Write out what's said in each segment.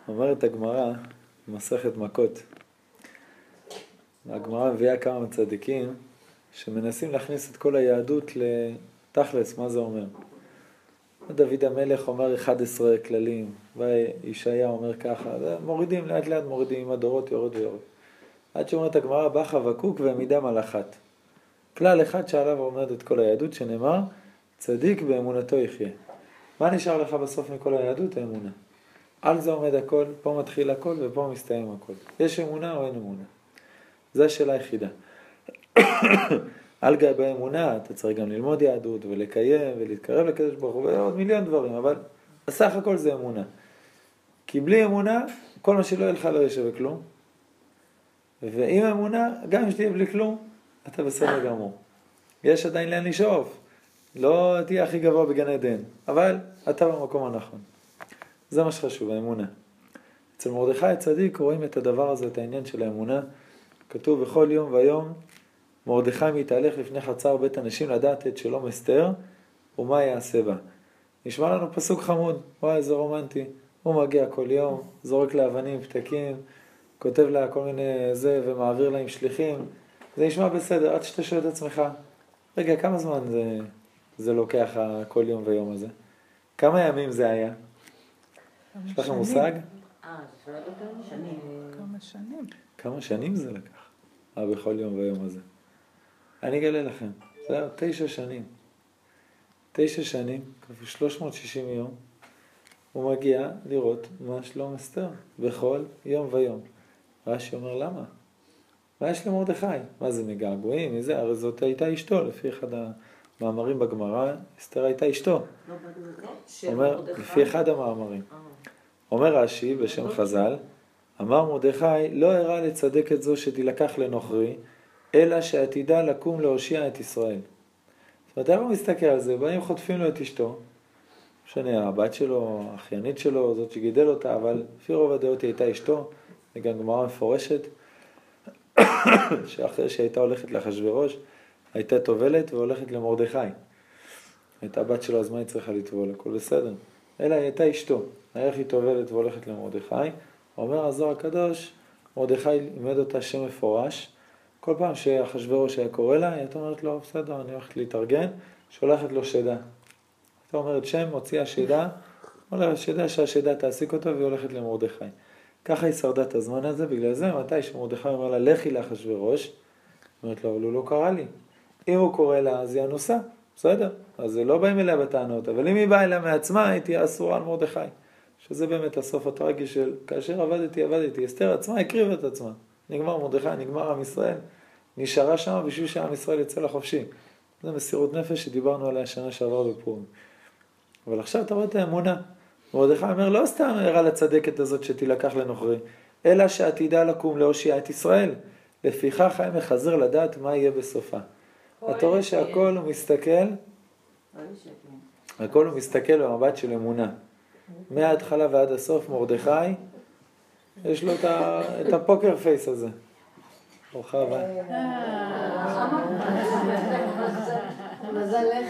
אומרת הגמרא, מסכת מכות. הגמרא מביאה כמה צדיקים שמנסים להכניס את כל היהדות לתכלס, מה זה אומר? דוד המלך אומר 11 כללים, וישעיה אומר ככה, מורידים, לאט לאט מורידים, עם הדורות יורד ויורד. עד שאומרת הגמרא, בא חבקוק ועמידם על אחת. כלל אחד שעליו עומד את כל היהדות, שנאמר, צדיק באמונתו יחיה. מה נשאר לך בסוף מכל היהדות? האמונה. על זה עומד הכל, פה מתחיל הכל ופה מסתיים הכל. יש אמונה או אין אמונה? זו השאלה היחידה. על גבי האמונה אתה צריך גם ללמוד יהדות ולקיים ולהתקרב לקדוש ברוך הוא ועוד מיליון דברים, אבל בסך הכל זה אמונה. כי בלי אמונה, כל מה שלא ילך לא ישווה כלום. ועם אמונה, גם אם שתהיה בלי כלום, אתה בסדר גמור. יש עדיין לאן לשאוף. לא תהיה הכי גבוה בגן עדן, אבל אתה במקום הנכון. זה מה שחשוב, האמונה. אצל מרדכי הצדיק רואים את הדבר הזה, את העניין של האמונה. כתוב בכל יום ויום, מרדכי מתהלך לפני חצר בית אנשים לדעת את שלום אסתר, ומה יעשה בה. נשמע לנו פסוק חמוד, וואי איזה רומנטי. הוא מגיע כל יום, זורק לאבנים פתקים, כותב לה כל מיני זה ומעביר לה עם שליחים. זה נשמע בסדר, עד שאתה שואל את עצמך, רגע, כמה זמן זה לוקח כל יום ויום הזה? כמה ימים זה היה? יש לכם מושג? כמה שנים. כמה שנים זה לקח? בכל יום ויום הזה. אני אגלה לכם, זה היה 9 שנים. 9 שנים, כפי 360 יום, הוא מגיע לראות מה שלום אסתר, בכל יום ויום. רש"י אומר, למה? מה יש למרדכי? מה זה מגעגועים? מזה? הרי זאת הייתה אשתו, לפי אחד המאמרים בגמרא, אסתר הייתה אשתו. אומר, לפי אחד המאמרים. אומר רש"י בשם חז"ל, אמר מרדכי, לא הראה לצדק את זו שתילקח לנוכרי, אלא שעתידה לקום להושיע את ישראל. זאת אומרת, איך הוא מסתכל על זה? באים חוטפים לו את אשתו, משנה, הבת שלו, האחיינית שלו, זאת שגידל אותה, אבל לפי רוב הדעות היא הייתה אשתו, וגם גמרא מפורשת, שאחרי שהייתה הולכת לאחשוורוש, הייתה טובלת והולכת למרדכי. הייתה בת שלו, אז מה היא צריכה לטבול? הכל בסדר. אלא היא הייתה אשתו. איך היא טובלת והולכת למרדכי? אומר הזוהר הקדוש, מרדכי לימד אותה שם מפורש. כל פעם שאחשוורוש היה קורא לה, היא הייתה אומרת לו, בסדר, אני הולכת להתארגן, שולחת לו שדה. הייתה אומרת שם, הוציאה שדה, אומרת שדה שהשדה תעסיק אותו והיא הולכת למרדכי. ככה היא שרדה את הזמן הזה, בגלל זה מתי שמרדכי אומר לה, לכי לאחשוורוש, אומרת לו, אבל הוא לא קרא לי. אם הוא קורא לה, אז היא אנוסה, בסדר? אז זה לא באים אליה בטענות, אבל אם היא באה אליה מעצמה, היא תהיה אסורה על מרדכי. שזה באמת הסוף הטרגי של, כאשר עבדתי, אסתר עצמה הקריבה את עצמה. נגמר מרדכי, נגמר עם ישראל, נשארה שם בשביל שעם ישראל יצא לחופשי. זה מסירות נפש שדיברנו עליה שנה שעבר בפורים. אבל עכשיו אתה רואה את האמונה. מרדכי אומר, לא סתם הראה לצדקת הזאת שתילקח לנוכרי, אלא שעתידה לקום להושיע את ישראל. לפיכך היה מחזר לדעת מה יהיה בסופה. אתה רואה שהכל הוא מסתכל, הכל הוא מסתכל במבט של אמונה. מההתחלה ועד הסוף מרדכי, יש לו את הפוקר פייס הזה. ברוכה הבאה. מזלך.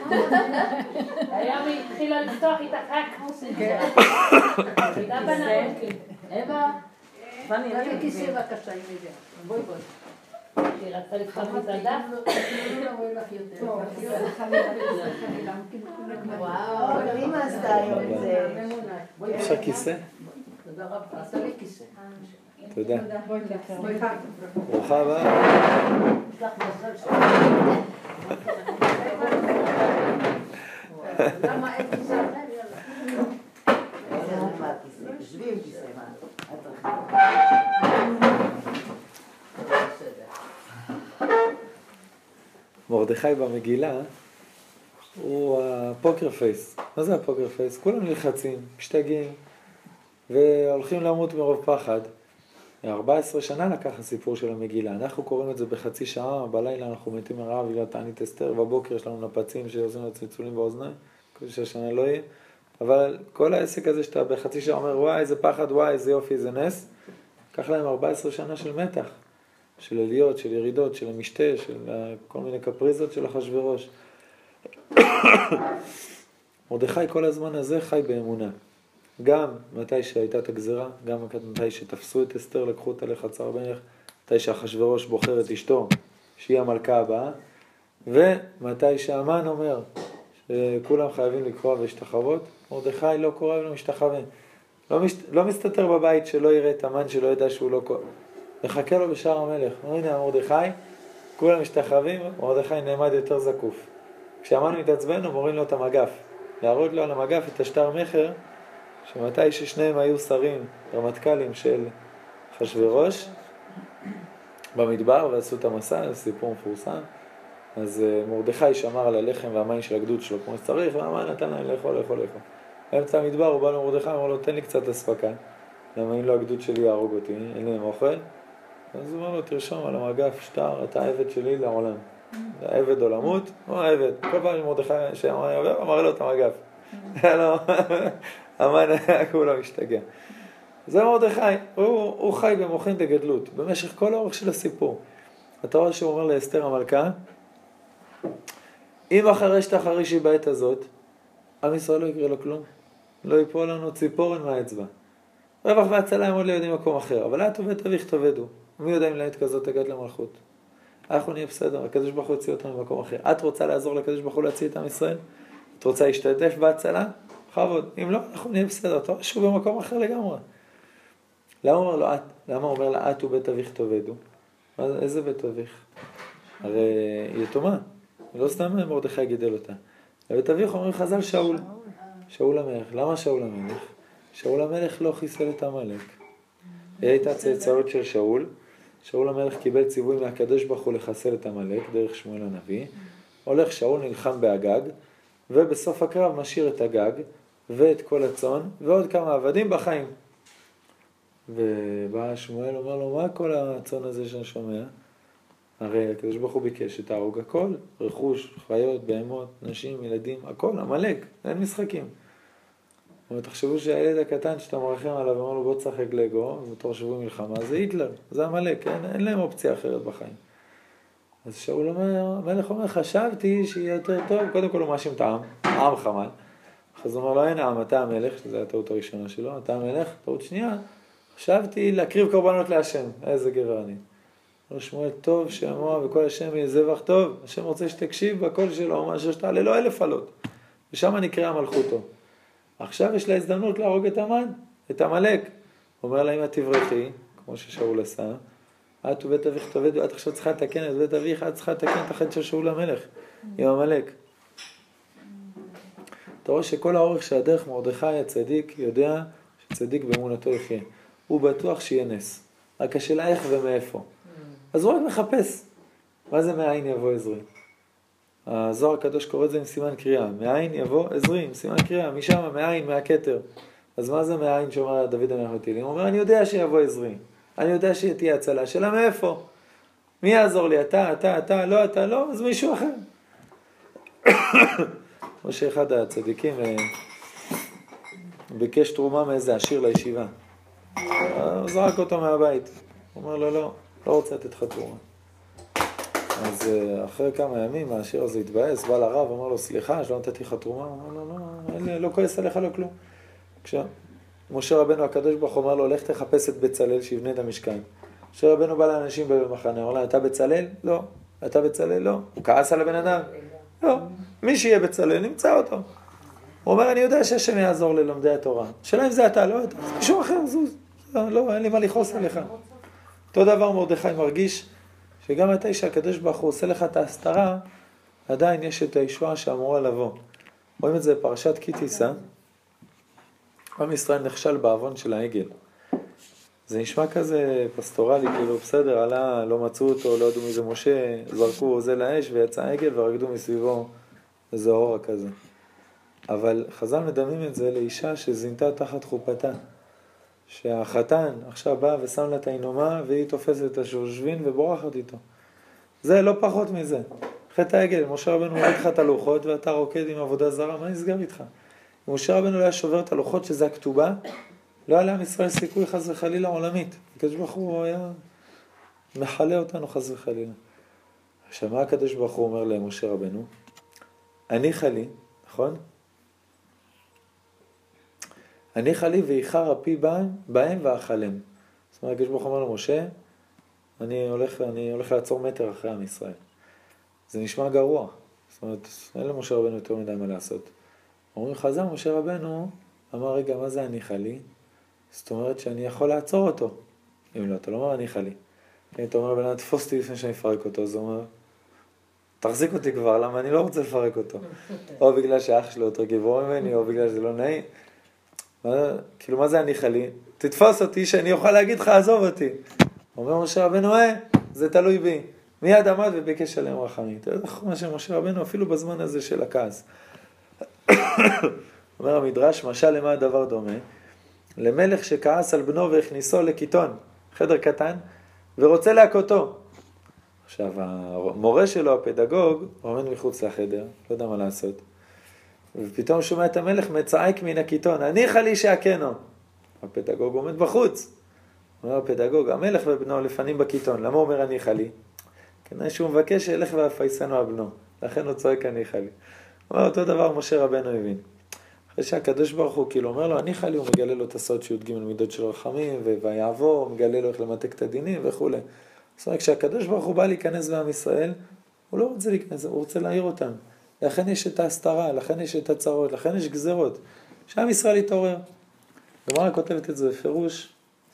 היום היא התחילה לפתוח איתה רק מוסים. הייתה בנאות. אבא. תביא כיסא בבקשה, אם זה. בואי. היא רצתה לפתוח איתה דף. וואו, אמא עשתה היום את זה. אפשר כיסא? תודה רבה. עשתה לי כיסא. תודה. ברוכה הבאה. למה אין כיסא אחר? איזה רמה כיסא? שבי עם כיסא, מה? מרדכי במגילה הוא הפוקר פייס. מה זה הפוקר פייס? כולם נלחצים, משתגעים והולכים למות מרוב פחד. 14 שנה לקח הסיפור של המגילה. אנחנו קוראים את זה בחצי שעה, בלילה אנחנו מתים מרעב בגלל תענית אסתר, בבוקר יש לנו נפצים שעושים לו צלצולים באוזניים, כדי שהשנה לא יהיה. אבל כל העסק הזה שאתה בחצי שעה אומר, וואי איזה פחד, וואי איזה יופי, איזה נס, לקח להם 14 שנה של מתח, של עליות, של ירידות, של המשתה, של כל מיני קפריזות של אחשוורוש. מרדכי כל הזמן הזה חי באמונה. גם מתי שהייתה את הגזרה, גם מתי שתפסו את אסתר, לקחו אותה לחצר המלך, מתי שאחשוורוש בוחר את אשתו, שהיא המלכה הבאה, ומתי שהמן אומר שכולם חייבים לקרוא ולהשתחוות, מרדכי לא קורא ולא משתחווה. לא מסתתר בבית שלא יראה את המן, שלא ידע שהוא לא קורא. מחכה לו בשער המלך. הנה מרדכי, כולם משתחווים, מרדכי נעמד יותר זקוף. כשהמן מתעצבן, הוא מוריד לו את המגף. להראות לו על המגף את השטר מחר, שמתי ששניהם היו שרים, רמטכ"לים של אחשוורוש, במדבר ועשו את המסע, זה סיפור מפורסם. אז מרדכי שמר על הלחם והמים של הגדוד שלו כמו שצריך, והמן נתן להם לאכול. באמצע המדבר הוא בא למרדכי, אמר לו, תן לי קצת אספקה, למה אם לא הגדוד שלי יהרוג אותי, אין להם אוכל. אז הוא אמר לו, תרשום על המגף שטר, אתה עבד שלי לעולם. עבד או למות, הוא עבד. כל פעם מרדכי שהמן יעבר, אמר לו את המגף. המן היה כולו משתגע. זה מרדכי, הוא חי במוחין דגדלות, במשך כל האורך של הסיפור. אתה רואה שהוא אומר לאסתר המלכה, אם החרשת החרישי בעת הזאת, עם ישראל לא יקרה לו כלום. לא ייפול לנו ציפורן מהאצבע. רווח והצלה הם עוד לא יודעים מקום אחר, אבל את ובית אביך תאבדו. מי יודע אם לעת כזאת תגעת למלכות? אנחנו נהיה בסדר, הקדוש ברוך הוא יוציא אותנו במקום אחר. את רוצה לעזור לקדוש ברוך הוא להציל את עם ישראל? את רוצה להשתתף בהצלה? בכבוד. אם לא, אנחנו נהיה בסדר. אתה רואה שהוא במקום אחר לגמרי. למה הוא אומר לו את? למה הוא אומר לה את ובית אביך תאבדו? איזה בית אביך? הרי יתומה. לא סתם מרדכי גידל אותה. בית אביך אומרים חז"ל שאול. שאול המלך. למה שאול המלך? שאול המלך לא חיסל את עמלק. היא הייתה צאצאות של שאול. שאול המלך קיבל ציווי מהקדוש ברוך הוא לחסל את עמלק דרך שמואל הנביא. הולך שאול נלחם באגג, ובסוף הקרב משאיר את הגג ואת כל הצאן ועוד כמה עבדים בחיים. ובא שמואל אומר לו, מה כל הצאן הזה שאני שומע? הרי הקדוש ברוך הוא ביקש שתהרוג הכל, רכוש, חיות, בהמות, נשים, ילדים, הכל, עמלק, אין משחקים. אבל תחשבו שהילד הקטן שאתה מרחם עליו ואומר לו בוא תשחק לגו, ובתור שבוי מלחמה, זה היטלר, זה עמלק, אין להם אופציה אחרת בחיים. אז שאול אומר, המלך אומר, חשבתי שיהיה יותר טוב, קודם כל הוא מאשים את העם חמל. אז הוא אומר לו, אין העם, אתה המלך, שזו הטעות הראשונה שלו, אתה המלך, טעות שנייה, חשבתי להקריב קורבנות להשם, איזה גבר אני. אמר שמואל, טוב שמוע וכל השם יהיה זבח טוב, השם רוצה שתקשיב בקול שלו, מה שתעלה לו 1000 עלות, ושם נקרא מלכותו. עכשיו יש לה הזדמנות להרוג את המן, את עמלק. הוא אומר לה, אם את תברחי, כמו ששאול עשה, את ובית אביך תאבדו, את עכשיו צריכה לתקן את בית אביך, את צריכה לתקן את החטא של שאול המלך, עם עמלק. אתה רואה שכל האורך של הדרך מרדכי הצדיק יודע שצדיק באמונתו יחיה. הוא בטוח שיהיה נס. רק השאלה איך ומאיפה. אז הוא רק מחפש. מה זה מאין יבוא עזרי? הזוהר הקדוש קורא את זה עם סימן קריאה. מאין יבוא עזרי, עם סימן קריאה. משם, מאין, מהכתר. אז מה זה מאין שאומר דוד המלך בתהילים? הוא אומר, אני יודע שיבוא עזרי. אני יודע שתהיה הצלה. שאלה מאיפה? מי יעזור לי? אתה, לא, אז מישהו אחר. כמו שאחד הצדיקים ביקש תרומה מאיזה עשיר לישיבה. הוא זרק אותו מהבית. הוא אומר לו, לא רוצה לתת לך תרומה. אז אחרי כמה ימים העשיר הזה התבאס, בא לרב, אמר לו, סליחה, שלא נתתי לך תרומה. הוא אומר לו, לא כועס עליך, לא כלום. כשמשה רבנו הקדוש ברוך הוא אומר לו, לך תחפש את בצלאל שיבנה את המשכן. משה רבנו בא לאנשים במחנה, אומר לה, אתה בצלאל? לא. אתה בצלאל? לא. הוא כעס על הבן אדם? לא. מי שיהיה בצלאל, נמצא אותו. הוא אומר, אני יודע שהשם יעזור ללומדי התורה. שאלה אם זה אתה, לא אתה. מישהו אחר, זוז. לא, אין לי מה לכעוס עליך. אותו דבר מרדכי מרגיש שגם מתי שהקדוש ברוך הוא עושה לך את ההסתרה, עדיין יש את הישועה שאמורה לבוא. רואים את זה בפרשת כי תישא. עם ישראל נכשל בעוון של העגל. זה נשמע כזה פסטורלי, כאילו בסדר, עלה, לא מצאו אותו, לא ידעו מי זה משה, זרקו זה לאש ויצא העגל ורקדו מסביבו איזה אורה כזה. אבל חז"ל מדמים את זה לאישה שזינתה תחת חופתה. שהחתן עכשיו בא ושם לה את האינומה והיא תופסת את השושבין ובורחת איתו. זה לא פחות מזה. חטא העגל, משה רבנו מוריד לך את הלוחות ואתה רוקד עם עבודה זרה, מה נסגר איתך? אם משה רבנו לא היה שובר את הלוחות שזה הכתובה, לא היה לעם ישראל סיכוי חס וחלילה עולמית. הקדוש ברוך הוא היה מחלה אותנו חס וחלילה. עכשיו מה הקדוש ברוך הוא אומר למשה רבנו? אני חלי, נכון? הניחה לי ואיחר אפי בהם ואכלם. זאת אומרת, הקדוש ברוך הוא אומר למשה, אני הולך לעצור מטר אחרי עם ישראל. זה נשמע גרוע. זאת אומרת, אין למשה רבנו יותר מדי מה לעשות. אומרים חז"ל, משה רבנו אמר, רגע, מה זה הניחה לי? זאת אומרת שאני יכול לעצור אותו. אם לא, אתה לא אומר הניחה לי. אם אתה אומר, בנה, תפוס אותי לפני שאני אפרק אותו, אז הוא אומר, תחזיק אותי כבר, למה אני לא רוצה לפרק אותו? או בגלל שאח שלו יותר גיבור ממני, או בגלל שזה לא נעים. כאילו, מה זה הניחה לי? תתפוס אותי שאני אוכל להגיד לך, עזוב אותי. אומר משה רבנו, זה תלוי בי. מיד עמד וביקש עליהם רחמים. אתה יודע מה שמשה רבנו, אפילו בזמן הזה של הכעס. אומר המדרש, משל למה הדבר דומה? למלך שכעס על בנו והכניסו לקיטון, חדר קטן, ורוצה להכותו. עכשיו, המורה שלו, הפדגוג, עומד מחוץ לחדר, לא יודע מה לעשות. ופתאום שומע את המלך מצעק מן הקיטון, הניחה לי שהכנו. הפדגוג עומד בחוץ. אומר הפדגוג, המלך ובנו לפנים בקיטון, למה הוא אומר הניחה לי? כנראה שהוא מבקש שילך ויפייסנו על בנו, לכן הוא צועק הניחה לי. אומר אותו דבר משה רבנו הבין. אחרי שהקדוש ברוך הוא כאילו אומר לו, הניחה לי, הוא מגלה לו את הסוד שי"ג מידות של רחמים, ויעבור, הוא מגלה לו איך למתק את הדינים וכו'. זאת אומרת, כשהקדוש ברוך הוא בא להיכנס בעם ישראל, הוא לא רוצה להיכנס, הוא רוצה להעיר אותם. לכן יש את ההסתרה, לכן יש את הצרות, לכן יש גזרות. שעם ישראל יתעורר. גמרא כותבת את זה בפירוש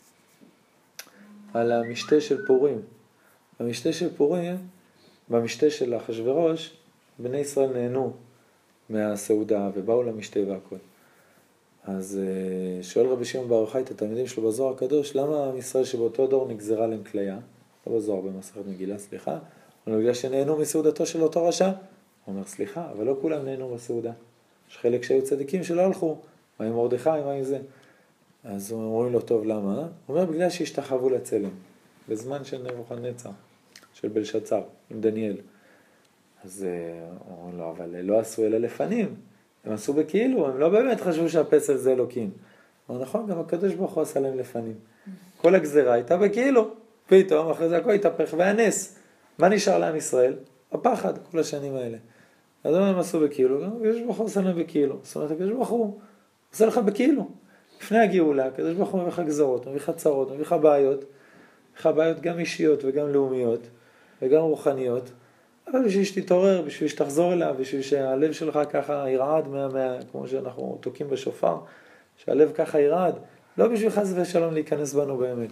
על המשתה של פורים. במשתה של פורים, במשתה של אחשוורוש, בני ישראל נהנו מהסעודה ובאו למשתה והכל. אז שואל רבי שמעון בר יוחאי את התלמידים שלו בזוהר הקדוש, למה עם ישראל שבאותו דור נגזרה להם כליה? לא בזוהר, במסכת מגילה, סליחה. אבל בגלל שנהנו מסעודתו של אותו רשע. הוא אומר, סליחה, אבל לא כולם נהנו בסעודה. יש חלק שהיו צדיקים שלא הלכו. מה עם מרדכי, מה עם זה? אז אומרים לו, טוב, למה? הוא אומר, בגלל שהשתחוו לצלם. בזמן של נבוכדנצר, של בלשצר, עם דניאל. אז אומרים לו, אבל לא עשו אלא לפנים. הם עשו בכאילו, הם לא באמת חשבו שהפסל זה אלוקים. אבל נכון, גם הקדוש ברוך הוא עשה להם לפנים. כל הגזרה הייתה בכאילו. פתאום, אחרי זה הכל התהפך והנס. מה נשאר לעם ישראל? הפחד, כל השנים האלה. אז הם עשו בכאילו, גם הקדוש ברוך הוא עשה להם בכאילו. זאת אומרת, הקדוש ברוך הוא עושה לך בכאילו. לפני הגאולה, הקדוש ברוך הוא מביא לך גזרות, מביא לך צרות, מביא לך בעיות. מביא לך בעיות גם אישיות וגם לאומיות, וגם רוחניות. אבל בשביל שתתעורר, בשביל שתחזור אליו, בשביל שהלב שלך ככה ירעד, כמו שאנחנו תוקים בשופר, שהלב ככה ירעד, לא בשביל חס ושלום להיכנס בנו באמת.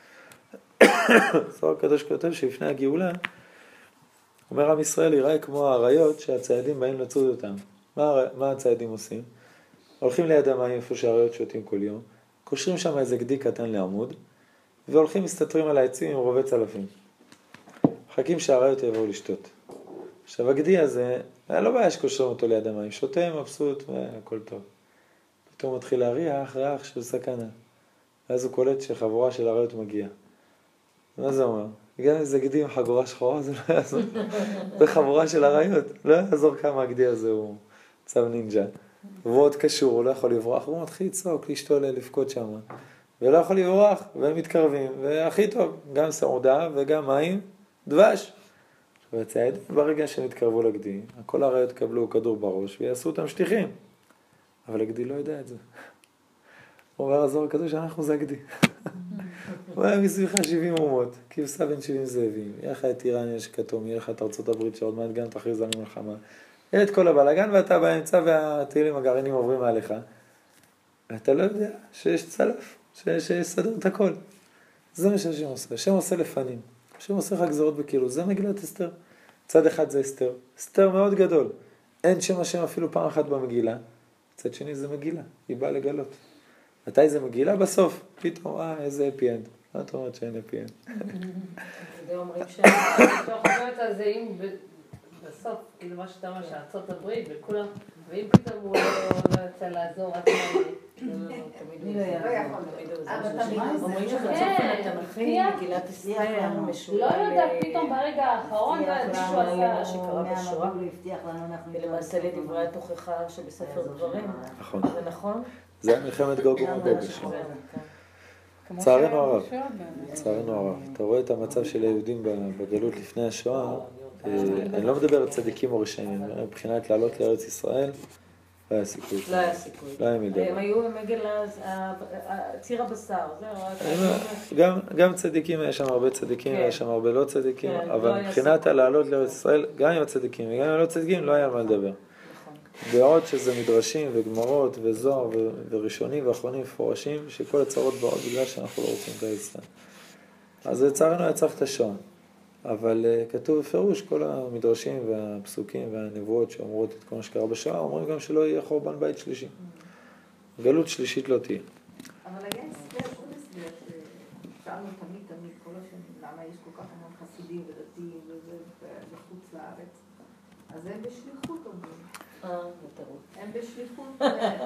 זוהר הקדוש כותב שלפני הגאולה, אומר עם ישראל ייראה כמו האריות שהציידים באים לצוד אותם. מה הציידים עושים? הולכים ליד המים איפה שהאריות שותים כל יום, קושרים שם איזה גדי קטן לעמוד, והולכים מסתתרים על העצים עם רובי צלפים. מחכים שהאריות יבואו לשתות. עכשיו הגדי הזה, לא בעיה שקושרים אותו ליד המים, שותה, מבסוט, והכל טוב. פתאום הוא מתחיל להריח ריח של סכנה. ואז הוא קולט שחבורה של האריות מגיעה. מה זה אומר? גם איזה גדי עם חגורה שחורה, זה לא יעזור. זה חבורה של האריות. לא יעזור כמה הגדי הזה הוא צו נינג'ה. והוא עוד קשור, הוא לא יכול לברוח, הוא מתחיל לצעוק, להשתולל, לבכות שם. ולא יכול לברוח, והם מתקרבים. והכי טוב, גם סעודה וגם מים, דבש. והציידים, ברגע שהם התקרבו לגדי, כל האריות קבלו כדור בראש ויעשו אותם שטיחים. אבל הגדי לא יודע את זה. הוא אומר, הזוהר הקדוש, אנחנו זה הגדי. הוא היה מסביבך 70 אומות, כבשה בין 70 זאבים. יהיה לך את איראן, יש כתום, יהיה לך את ארצות הברית שעוד מעט גם תכריז לנו מלחמה. יהיה את כל הבלגן ואתה באמצע והטילים הגרעינים עוברים מעליך. ואתה לא יודע שיש צלף, שיסדר את הכל. זה מה שהשם עושה. השם עושה לפנים. השם עושה לך גזרות בכאילו. זה מגילת אסתר. צד אחד זה אסתר. אסתר מאוד גדול. אין שם השם אפילו פעם אחת במגילה. צד שני זה מגילה. היא באה לגלות. מתי זה מגילה? בסוף. פתאום, איזה אפי אנד. מה את אומרת שאין אפי אנד? זה אומרים שהתוך אומרת הזה, אם בסוף, כאילו מה שאתה אומר, שארצות הברית וכולם, ואם פתאום הוא לא יוצא לעזור, רק תמיד הוא יעזור. אומרים שחצופן אתה מכין מגילת אסתר משולה. לא יודע, פתאום ברגע האחרון, מישהו עשה שקרה בשואה. ולמעשה לדברי התוכחה שבספר דברים. נכון. זה נכון? זה היה מלחמת גוג ומגוג. צערנו הרב. צערנו הרב. אתה רואה את המצב של היהודים בגלות לפני השואה, אני לא מדבר על צדיקים או רשעים, מבחינת לעלות לארץ ישראל, לא היה סיכוי. לא היה סיכוי. לא היה מדבר. הם היו מגל ציר הבשר, זהו. גם צדיקים, היה שם הרבה צדיקים, היה שם הרבה לא צדיקים, אבל מבחינת לעלות לארץ ישראל, גם עם הצדיקים וגם עם הלא צדיקים, לא היה על מה לדבר. בעוד שזה מדרשים וגמרות וזוהר וראשונים ואחרונים מפורשים, שכל הצרות באות בגלל שאנחנו לא רוצים את ארץ ישראל. אז לצערנו היה צריך את השעון. אבל כתוב בפירוש, כל המדרשים והפסוקים והנבואות שאומרות את כל מה שקרה בשואה, אומרים גם שלא יהיה חורבן בית שלישי. גלות שלישית לא תהיה. אבל היה הסבר, עוד הסבר, ששאלנו תמיד, כל השנים, למה יש כל כך המון חסידים ודתיים בחוץ לארץ. אז הם בשליחות אומרים. הם בשליחות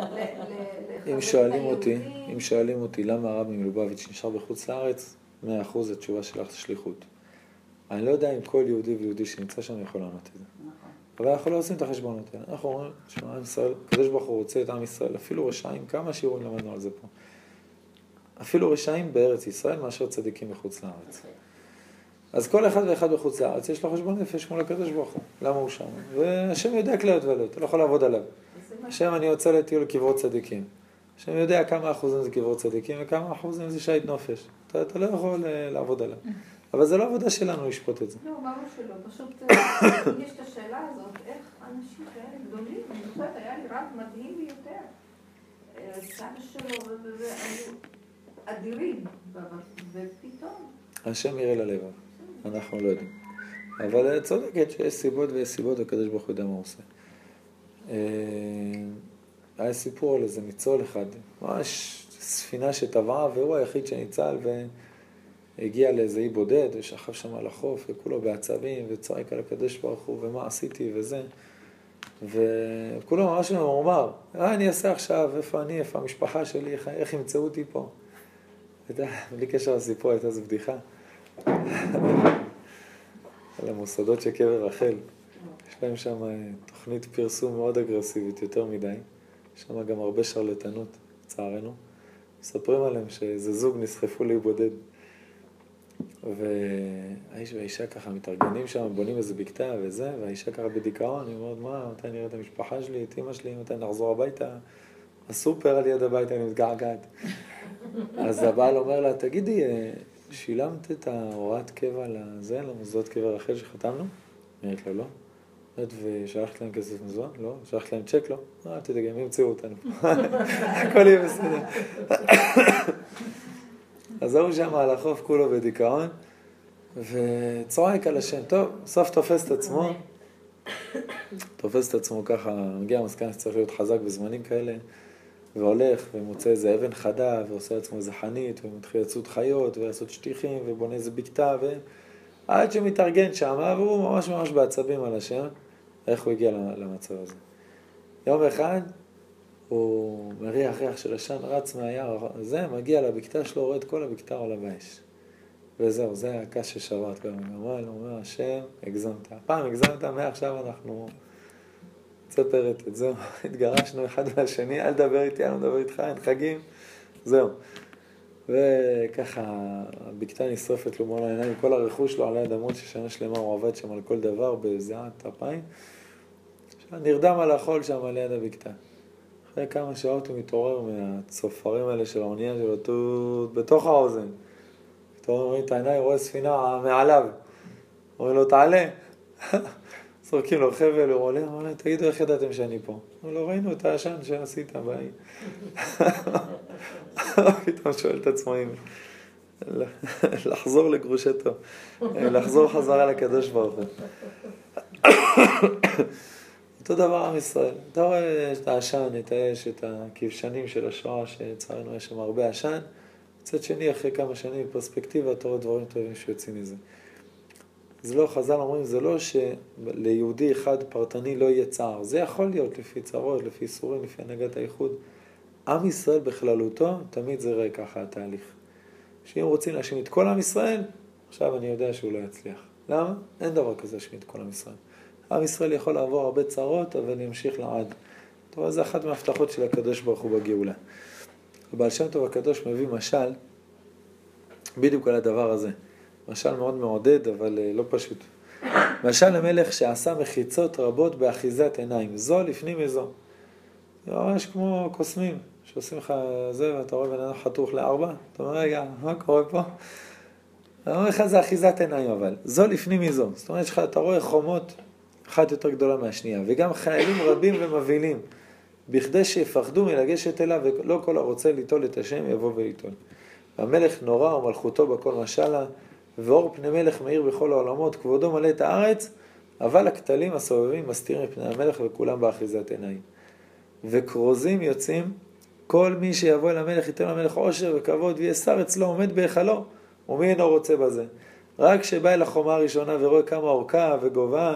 אם שואלים אותי למה הרבי מלובביץ' נשאר בחוץ לארץ, 100% התשובה שלך שליחות. אני לא יודע אם כל יהודי ויהודי שנמצא שם יכול לענות את זה. אבל אנחנו לא עושים את החשבונות האלה. אנחנו אומרים, שמע, עם ישראל, הקדוש ברוך הוא רוצה את עם ישראל, אפילו רשעים, כמה שיעורים למדנו על זה פה. אפילו רשעים בארץ ישראל מאשר צדיקים מחוץ לארץ. אז כל אחד ואחד בחוץ לארץ יש לו חשבון נפש מול הקדוש ברוך הוא. למה הוא שם? והשם יודע כליות וליות, אתה לא יכול לעבוד עליו. השם, אני יוצא לטיול קברות צדיקים. השם יודע כמה אחוזים זה קברות צדיקים וכמה אחוזים זה שייט נופש. אתה לא יכול לעבוד עליו. אבל זה לא עבודה שלנו לשפוט את זה. לא, ברור שלא. פשוט יש את השאלה הזאת, איך אנשים כאלה גדולים, אני זוכרת, היה לי רב מדהים ביותר. סבא שלו והיו אדירים, ופתאום. השם יראה ללב, אנחנו לא יודעים. אבל צודקת שיש סיבות ויש סיבות, והקדוש ברוך הוא יודע מה הוא עושה. היה סיפור על איזה ניצול אחד, ממש ספינה שטבעה, והוא היחיד שניצל, הגיע לאיזה אי בודד, ושכב שם על החוף, וכולו בעצבים, וצועק על הקדוש ברוך הוא, ומה עשיתי וזה. וכולו ממש ממורמר, אני אעשה עכשיו, איפה אני, איפה המשפחה שלי, איך ימצאו אותי פה. בלי קשר לסיפור, הייתה זו בדיחה. על המוסדות של קבר רחל. יש להם שם תוכנית פרסום מאוד אגרסיבית, יותר מדי. יש שם גם הרבה שרלטנות, לצערנו. מספרים עליהם שאיזה זוג נסחפו להיבודד. והאיש והאישה ככה מתארגנים שם, בונים איזה בקתה וזה, והאישה ככה בדיכאון, היא אומרת, מה, מתי נראה את המשפחה שלי, את אמא שלי, מתי נחזור הביתה? הסופר על יד הביתה, אני מתגעגעת. אז הבעל אומר לה, תגידי, שילמת את ההוראת קבע לזה, למוסדות קבר רחל שחתמנו? אומרת לה, לא. ושלחת להם כסף מזומן? לא. שלחת להם צ'ק? לא. תדאגי, הם ימצאו אותנו. הכל יהיה בסדר. אז הוא שם על החוף כולו בדיכאון, וצועק על השם. טוב, סוף תופס את עצמו ככה, מגיע המסקנה שצריך להיות חזק בזמנים כאלה, והולך ומוצא איזה אבן חדה, ועושה לעצמו איזה חנית, ומתחיל לצוד חיות, ולעשות שטיחים, ובונה איזה בקתה, עד שמתארגן שם, והוא ממש ממש בעצבים על השם, איך הוא הגיע למצב הזה. יום אחד, הוא מריח ריח של עשן, רץ מהיער, זה מגיע לבקתה שלו, רואה את כל הבקתה עולה באש. וזהו, זה הקש ששברת גם. הוא אומר, השם, הגזמת. הפעם הגזמת, מעכשיו אנחנו צפרת את זהו. התגרשנו אחד מהשני, אל תדבר איתי, אל תדבר איתך, אין חגים. זהו. וככה, הבקתה נשרפת לו מול העיניים, כל הרכוש לו על יד עמוד ששנה שלמה הוא עבד שם על כל דבר בזיעת אפיים. נרדם על החול שם על יד הבקתה. אחרי כמה שעות הוא מתעורר מהצופרים האלה של האונייה שלו, תות בתוך האוזן. פתאום אומרים את העיניים, רואה ספינה מעליו. אומרים לו, תעלה. זורקים לו חבל, הוא עולה, אומר להם, תגידו איך ידעתם שאני פה? הוא לא ראינו את העשן שעשית באי. פתאום שואל את עצמו אם לחזור לגרושתו, לחזור חזרה לקדוש ברוך הוא. אותו דבר עם ישראל. אתה רואה את העשן, את האש, את הכבשנים של השואה, שצרינו יש שם הרבה עשן. מצד שני, אחרי כמה שנים בפרספקטיבה, אתה רואה דברים טובים שיוצאים מזה. זה לא, חז"ל אומרים, זה לא שליהודי אחד פרטני לא יהיה צער. זה יכול להיות לפי צרות, לפי איסורים, לפי הנהגת הייחוד. עם ישראל בכללותו, תמיד זה ראה ככה התהליך. שאם רוצים להשמיד את כל עם ישראל, עכשיו אני יודע שהוא לא יצליח. למה? אין דבר כזה להשמיד את כל עם ישראל. עם ישראל יכול לעבור הרבה צרות, אבל ימשיך לעד. טוב, זה אחת מההבטחות של הקדוש ברוך הוא בגאולה. הבעל שם טוב הקדוש מביא משל, בדיוק על הדבר הזה. משל מאוד מעודד, אבל לא פשוט. משל למלך שעשה מחיצות רבות באחיזת עיניים, זו לפנים מזו. ממש כמו קוסמים, שעושים לך זה, ואתה רואה בן אדם חתוך לארבע, אתה אומר, רגע, מה קורה פה? אני אומר לך, זה אחיזת עיניים, אבל זו לפנים מזו. זאת אומרת אתה רואה חומות אחת יותר גדולה מהשנייה, וגם חיילים רבים ומבהילים, בכדי שיפחדו מלגשת אליו, ולא כל הרוצה ליטול את השם יבוא וליטול. והמלך נורא ומלכותו בכל משלה, ואור פני מלך מאיר בכל העולמות, כבודו מלא את הארץ, אבל הכתלים הסובבים מסתירים מפני המלך וכולם באחיזת עיניים. וכרוזים יוצאים, כל מי שיבוא אל המלך ייתן למלך עושר וכבוד, ויהיה שר אצלו עומד בהיכלו, ומי אינו רוצה בזה. רק שבא אל החומה הראשונה ורואה כמה אורכה וגובה,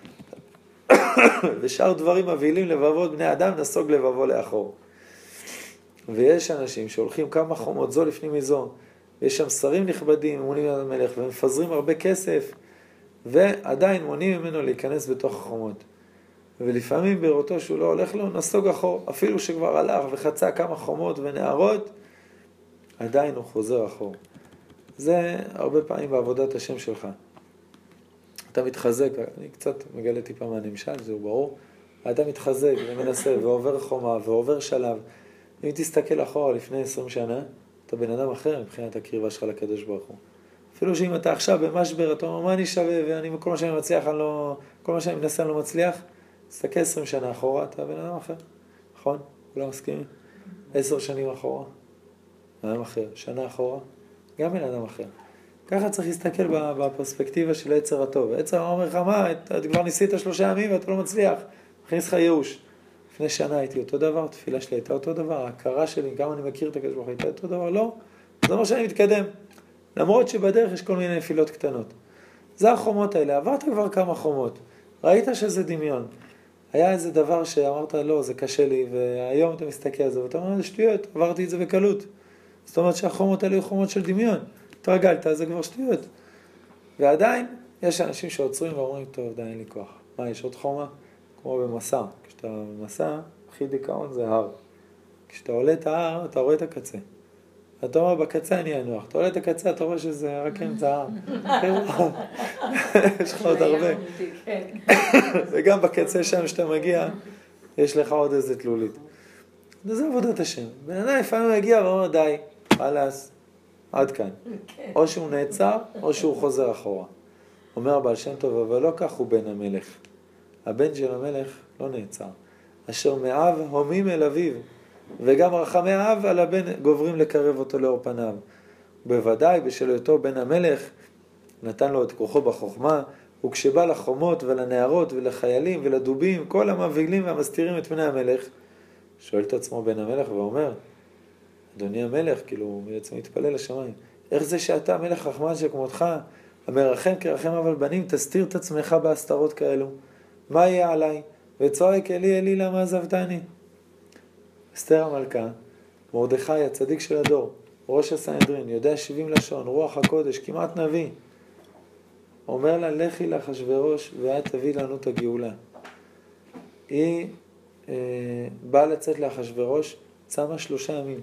ושאר דברים מבהילים לבבות בני אדם, נסוג לבבו לאחור. ויש אנשים שהולכים כמה חומות זו לפנים מזו, ויש שם שרים נכבדים, מונים על המלך, ומפזרים הרבה כסף, ועדיין מונים ממנו להיכנס בתוך החומות. ולפעמים בראותו שהוא לא הולך לו, נסוג אחור, אפילו שכבר הלך וחצה כמה חומות ונערות, עדיין הוא חוזר אחור. זה הרבה פעמים בעבודת השם שלך. אתה מתחזק, אני קצת מגלה טיפה מהנמשל, זהו ברור. אתה מתחזק ומנסה ועובר חומה ועובר שלב. אם תסתכל אחורה לפני 20 שנה, אתה בן אדם אחר מבחינת הקריבה שלך לקדוש ברוך הוא. אפילו שאם אתה עכשיו במשבר, אתה אומר, מה אני שווה, ואני כל מה שאני מצליח, כל מה שאני מנסה אני לא מצליח, תסתכל 20 שנה אחורה, אתה בן אדם אחר. נכון? כולם מסכימים? 10 שנים אחורה, בן אדם אחר. שנה אחורה, גם בן אדם אחר. ככה צריך להסתכל בפרספקטיבה של היצר הטוב. היצר אומר לך, מה, אתה כבר ניסית 3 ימים ואתה לא מצליח. מכניס לך ייאוש. לפני שנה הייתי אותו דבר, תפילה שלי הייתה אותו דבר, ההכרה שלי, גם אני מכיר את הקדוש ברוך הוא, הייתה אותו דבר, לא. זה אומר שאני מתקדם. למרות שבדרך יש כל מיני נפילות קטנות. זה החומות האלה, עברת כבר כמה חומות. ראית שזה דמיון. היה איזה דבר שאמרת, לא, זה קשה לי, והיום אתה מסתכל על זה, ואתה אומר, זה שטויות, עברתי את זה בקלות. זאת אומרת שהחומות האלה היו חומות של דמיון. התרגלת, זה כבר שטויות. ועדיין, יש אנשים שעוצרים ואומרים, טוב, די, אין לי כוח. מה, יש עוד חומה? כמו במסע. כשאתה במסע, הכי דיכאון זה הר. כשאתה עולה את ההר, אתה רואה את הקצה. אתה אומר, בקצה אני אנוח. אתה עולה את הקצה, אתה רואה שזה רק אמצע ההר. יש לך עוד הרבה. וגם בקצה שם שאתה מגיע, יש לך עוד איזה תלולית. זה עבודת השם. בן אדם לפעמים מגיע ואומר, די, חלאס, עד כאן. או שהוא נעצר, או שהוא חוזר אחורה. אומר הבעל שם טוב, אבל לא כך הוא בן המלך. הבן של המלך לא נעצר. אשר מאב הומים אל אביו, וגם רחמי האב על הבן גוברים לקרב אותו לאור פניו. בוודאי בשל היותו בן המלך, נתן לו את כוחו בחוכמה, וכשבא לחומות ולנערות ולחיילים ולדובים, כל המבהילים והמסתירים את פני המלך, שואל את עצמו בן המלך ואומר, אדוני המלך, כאילו הוא בעצם מתפלל לשמיים, איך זה שאתה מלך רחמן שכמותך, המרחם כרחם אבל בנים, תסתיר את עצמך בהסתרות כאלו, מה יהיה עליי? וצועק אלי אלי למה עזבתני? אסתר המלכה, מרדכי הצדיק של הדור, ראש הסנהדרין, יודע 70 לשון, רוח הקודש, כמעט נביא, אומר לה, לכי לאחשוורוש ואת תביא לנו את הגאולה. היא באה לצאת לאחשוורוש, צמה 3 ימים,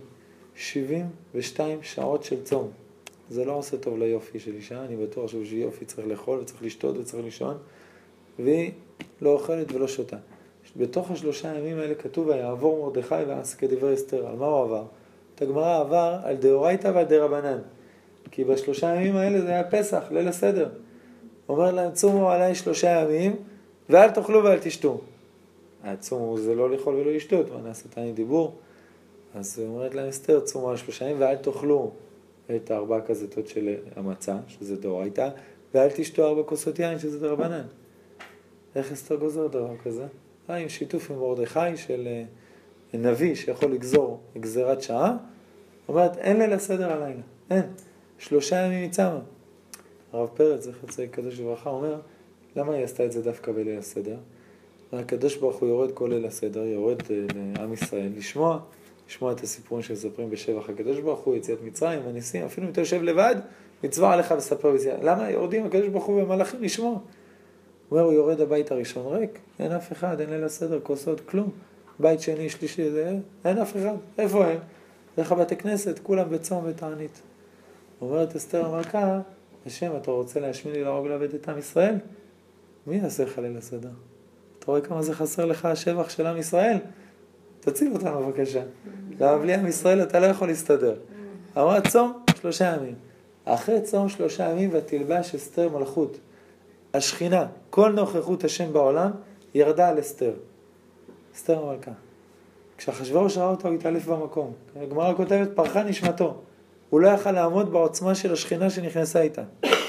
72 שעות של צום. זה לא עושה טוב ליופי של אישה, אני בטוח שבשביל יופי צריך לאכול וצריך לשתות וצריך לישון, והיא לא אוכלת ולא שותה. בתוך 3 ימים האלה כתוב, ויעבור מרדכי ועשה כדברי אסתר. על מה הוא עבר? את הגמרא עבר על דאורייתא ועל דרבנן. כי ב3 ימים האלה זה היה פסח, ליל הסדר. אומר להם, צומו עליי 3 ימים, ואל תאכלו ואל תשתו. צומו זה לא לאכול ולא לשתות, מה נעשה תני דיבור? אז אומרת להם אסתר, צומו על 3 ימים, ואל תאכלו את 4 כזיתות של המצה, שזה דאורייתא, ואל תשתו 4 כוסות יין, שזה דרבנן. איך אסתר גוזר דבר כזה? עם שיתוף עם מרדכי של נביא שיכול לגזור גזירת שעה, אומרת, אין ליל הסדר הלילה, אין. 3 ימים מצמה. הרב פרץ, זכר צדיק קדוש לברכה, אומר, למה היא עשתה את זה דווקא בליל הסדר? הקדוש ברוך הוא יורד כל ליל הסדר, יורד לעם ישראל, לשמוע את הסיפורים שמספרים בשבח הקדוש ברוך הוא, יציאת מצרים, הניסים, אפילו אם אתה יושב לבד, מצווה עליך וספר בזייה. למה יורדים הקדוש ברוך הוא והמלאכים לשמוע? הוא אומר, הוא יורד הבית הראשון ריק, אין אף אחד, אין ליל הסדר, כוסות, כלום. בית שני, שלישי, אין אף אחד. איפה הם? דרך בתי כנסת, כולם בצום ותענית. אומרת אסתר המלכה, השם, אתה רוצה להשמיד לי להרוג לעבד את עם ישראל? מי יעשה לך ליל הסדר? אתה רואה כמה זה חסר לך השבח של עם ישראל? תציל אותנו בבקשה. למה בלי עם ישראל אתה לא יכול להסתדר. אמרה צום 3 ימים. אחרי צום 3 ימים ותלבש אסתר מלכות. השכינה, כל נוכחות השם בעולם, ירדה על אסתר. אסתר המלכה. כשאחשוורוש ראה אותה הוא התעלף במקום. הגמרא כותבת פרחה נשמתו. הוא לא יכל לעמוד בעוצמה של השכינה שנכנסה איתה.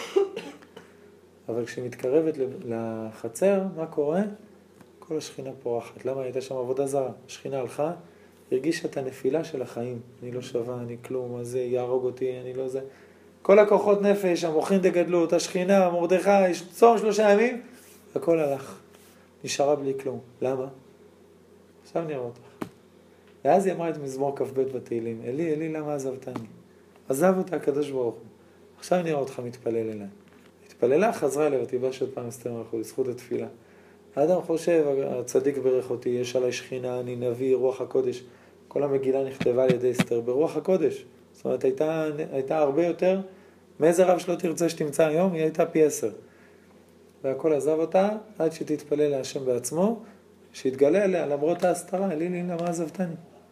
אבל כשמתקרבת לחצר, מה קורה? כל השכינה פורחת. למה הייתה שם עבודה זרה? השכינה הלכה, הרגישה את הנפילה של החיים. אני לא שווה, אני כלום, מה זה, יהרוג אותי, אני לא זה. כל הכוחות נפש, המוחין דגדלות, השכינה, מרדכי, צום 3 ימים, הכל הלך. נשארה בלי כלום. למה? עכשיו נראה אותך. ואז היא אמרה את מזמור כ"ב בתהילים, אלי, אלי, למה עזבתני? עזב אותה הקדוש ברוך הוא. עכשיו נראה אותך מתפלל אליי. התפללה, חזרה אליו, ותיבש עוד פעם אסתר מלכות, לזכות התפילה. האדם חושב, הצדיק ברך אותי, יש עלי שכינה, אני נביא, רוח הקודש. כל המגילה נכתבה על ידי אסתר ברוח הקודש. זאת אומרת, הייתה הרבה יותר, מאיזה רב שלא תרצה שתמצא היום, היא הייתה פי 10. והכל עזב אותה, עד שתתפלל להשם בעצמו, שהתגלה עליה, למרות ההסתרה, אלי, אלי, למה עזבתני?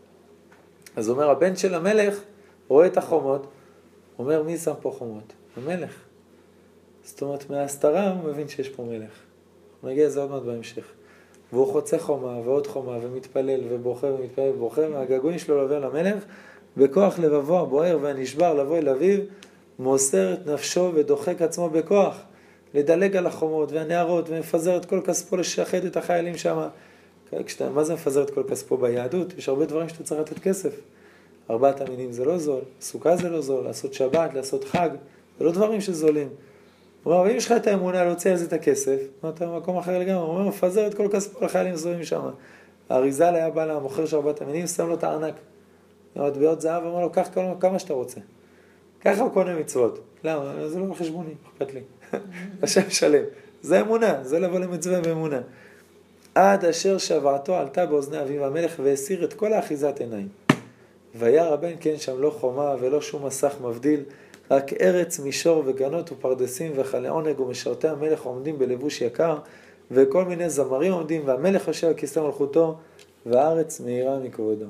אז אומר, הבן של המלך רואה את החומות, אומר, מי שם פה חומות? המלך. זאת אומרת, מההסתרה הוא מבין שיש פה מלך. הוא נגיע לזה עוד מעט בהמשך. והוא חוצה חומה ועוד חומה ומתפלל ובוכה ומתפלל ובוכה, והגעגועים שלו לבוא למלך, בכוח לבבו הבוער והנשבר לבוא אל אביו, מוסר את נפשו ודוחק עצמו בכוח, לדלג על החומות והנערות ומפזר את כל כספו לשחד את החיילים שם. מה זה מפזר את כל כספו ביהדות? יש הרבה דברים שאתה צריך לתת כסף. 4 המינים זה לא זול, סוכה זה לא זול, לעשות שבת, לעשות חג, זה לא דברים שזולים. הוא אומר, ואם יש לך את האמונה להוציא על זה את הכסף, אתה במקום אחר לגמרי, הוא אומר, מפזר את כל כספו לחיילים זולים שם. האריזל היה בא למוכר של 4 המינים, שם לו את הארנק. מטבעות זהב, אומר לו, קח כמה שאתה רוצה. ככה הוא קונה מצוות. למה? זה לא בחשבוני, אכפת לי. השם שלם. זה אמונה, זה לבוא למצווה באמונה. עד אשר שבעתו עלתה באוזני אביו המלך והסיר את כל האחיזת עיניים. וירא הבן כן שם לא חומה ולא שום מסך מבדיל, רק ארץ מישור וגנות ופרדסים וחלי עונג ומשרתי המלך עומדים בלבוש יקר, וכל מיני זמרים עומדים, והמלך יושב על כיסא מלכותו, והארץ מאירה מכבודו.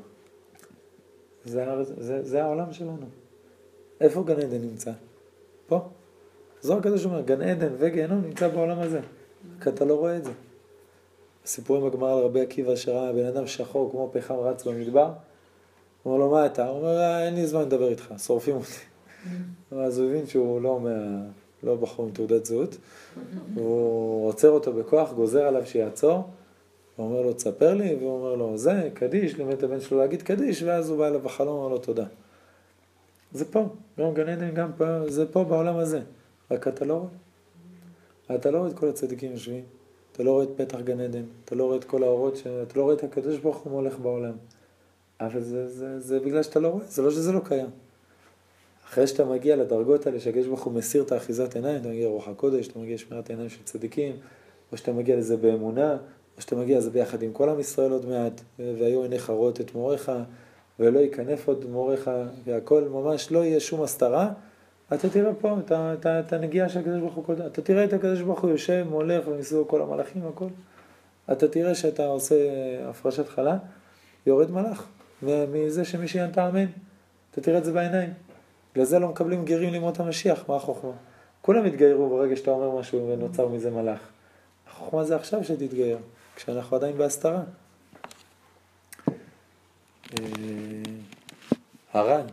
זה העולם שלנו. איפה גן עדן נמצא? פה. זוהר הקדוש אומר, גן עדן וגיהנום נמצא בעולם הזה. כי אתה לא רואה את זה. הסיפור עם הגמרא על רבי עקיבא שראה בן אדם שחור כמו פחם רץ במדבר, הוא אומר לו, מה אתה? הוא אומר, אין לי זמן לדבר איתך, שורפים אותי. אז הוא הבין שהוא לא בחור עם תעודת זהות, הוא עוצר אותו בכוח, גוזר עליו שיעצור, הוא אומר לו, תספר לי, והוא אומר לו, זה, קדיש, לימד את הבן שלו להגיד קדיש, ואז הוא בא אליו בחלום, אומר לו, תודה. זה פה, גם גן עדן, גם פה, זה פה בעולם הזה, רק אתה לא רואה. אתה לא רואה את כל הצדיקים יושבים, אתה לא רואה את פתח גן עדן, אתה לא רואה את כל האורות, אתה לא רואה את הקדוש ברוך הוא מולך בעולם. אבל זה בגלל שאתה לא רואה, זה לא שזה לא קיים. אחרי שאתה מגיע לדרגות האלה, שהקדוש ברוך הוא מסיר את האחיזת עיניים, אתה מגיע רוח הקודש, אתה מגיע שמירת העיניים של צדיקים, או שאתה מגיע לזה באמונה, או שאתה מגיע לזה ביחד עם כל עם ישראל עוד מעט, והיו עיניך רואות את מורך, ולא ייכנף עוד מורך, והכל ממש לא יהיה שום הסתרה, אתה תראה פה את הנגיעה של הקדוש ברוך הוא, אתה תראה את הקדוש ברוך הוא יושב, מולך ומסביבו כל המלאכים, הכל. אתה תראה שאתה עושה הפרשת חלה, יורד מלאך, מזה שמי שינתה אמן. אתה תראה את זה בעיניים. לזה לא מקבלים גרים למות המשיח, מה החוכמה? כולם התגיירו ברגע שאתה אומר משהו ונוצר מזה מלאך. החוכמה זה עכשיו שתתגייר, כשאנחנו עדיין בהסתרה. הרן,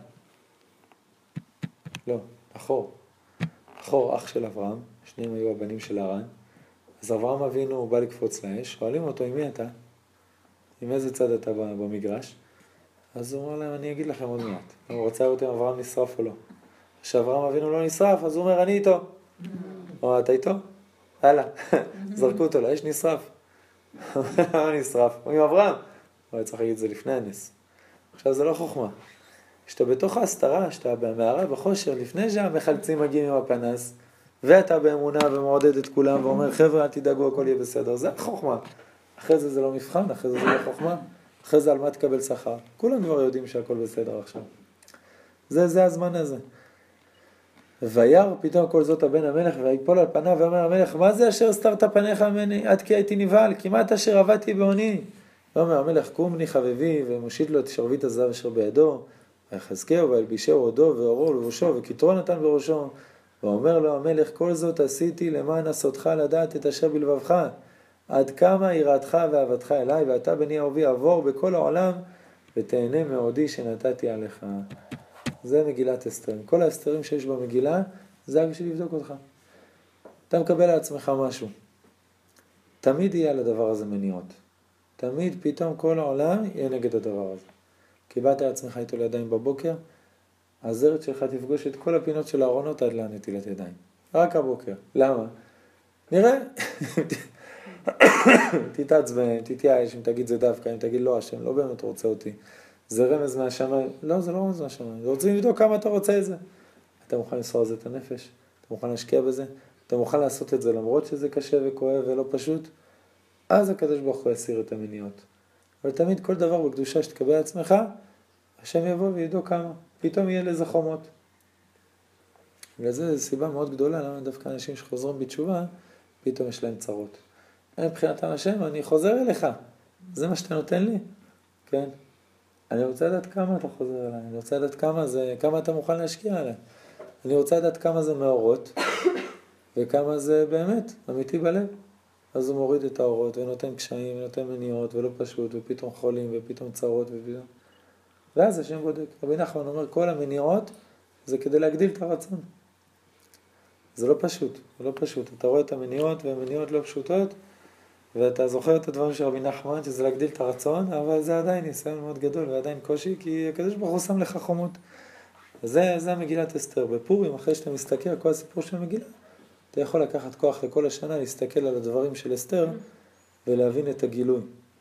לא, אחור, אח של אברהם, שניהם היו הבנים של הרן, אז אברהם אבינו הוא בא לקפוץ לאש, שואלים אותו, עם מי אתה? עם איזה צד אתה במגרש? אז הוא אומר להם, אני אגיד לכם עוד מעט. הוא רוצה לראות אם אברהם נשרף או לא. כשאברהם אבינו לא נשרף, אז הוא אומר, אני איתו. הוא אומר, אתה איתו? הלאה. זרקו אותו לאש, נשרף. הוא אומר, נשרף. הוא עם אברהם. הוא היה צריך להגיד את זה לפני הנס. עכשיו זה לא חוכמה. כשאתה בתוך ההסתרה, כשאתה במערה בחושר, לפני שהמחלצים מגיעים עם הפנס, ואתה באמונה ומעודד את כולם ואומר, חבר'ה, אל תדאגו, הכל יהיה בסדר. זה החוכמה. אחרי זה לא מבחן, אחרי זה לא חוכמה. אחרי זה על מה תקבל שכר. כולם כבר יודעים שהכל בסדר עכשיו. זה הזמן הזה. וירא פתאום כל זאת הבן המלך, ויפול על פניו, ואומר המלך, מה זה אשר הסתרת פניך ממני? עד כי הייתי נבהל, כמעט אשר עבדתי בעוני. ואומר המלך קום בני חבבי, ומושיט לו את שרביט הזהב אשר בידו, ויחזקהו וילבישהו הודו ואורו ולבושו, וכתרו נתן בראשו. ואומר לו המלך, כל זאת עשיתי למען עשותך לדעת את אשר בלבבך, עד כמה יראתך ואהבתך אליי, ואתה בני אהובי עבור בכל העולם, ותהנה מעודי שנתתי עליך. זה מגילת אסתר. כל האסתרים שיש במגילה, זה רק בשביל לבדוק אותך. אתה מקבל על עצמך משהו. תמיד יהיה על הדבר הזה מניעות. תמיד פתאום כל העולם יהיה נגד הדבר הזה. קיבלת על עצמך איתו לידיים בבוקר, הזרת שלך תפגוש את כל הפינות של הארונות עד לנטילת ידיים. רק הבוקר. למה? נראה. תתעצבן, תתייאש, אם תגיד זה דווקא, אם תגיד לא, השם לא באמת רוצה אותי. זה רמז מהשמיים. לא, זה לא רמז מהשמיים. רוצים לבדוק כמה אתה רוצה את זה. אתה מוכן לסור על זה את הנפש? אתה מוכן להשקיע בזה? אתה מוכן לעשות את זה למרות שזה קשה וכואב ולא פשוט? אז הקדוש ברוך הוא יסיר את המניעות. אבל תמיד כל דבר בקדושה שתקבל לעצמך, השם יבוא וידעו כמה. פתאום יהיה לזה חומות. ולזה זו סיבה מאוד גדולה, למה דווקא אנשים שחוזרים בתשובה, פתאום יש להם צרות. מבחינתם השם, אני חוזר אליך. זה מה שאתה נותן לי? כן. אני רוצה לדעת כמה אתה חוזר אליי. אני רוצה לדעת כמה אתה מוכן להשקיע עליי. אני רוצה לדעת כמה זה מאורות, וכמה זה באמת אמיתי בלב. אז הוא מוריד את האורות, ונותן קשיים, ונותן מניעות, ולא פשוט, ופתאום חולים, ופתאום צרות, ופתאום... ואז השם בודק. רבי נחמן אומר, כל המניעות זה כדי להגדיל את הרצון. זה לא פשוט, זה לא פשוט. אתה רואה את המניעות, והמניעות לא פשוטות, ואתה זוכר את הדברים של רבי נחמן, שזה להגדיל את הרצון, אבל זה עדיין ניסיון מאוד גדול, ועדיין קושי, כי הקדוש ברוך הוא שם לך חומות. זה המגילת אסתר. בפורים, אחרי שאתה מסתכל על כל הסיפור של המגילה, אתה יכול לקחת כוח לכל השנה, להסתכל על הדברים של אסתר, ולהבין את הגילוי.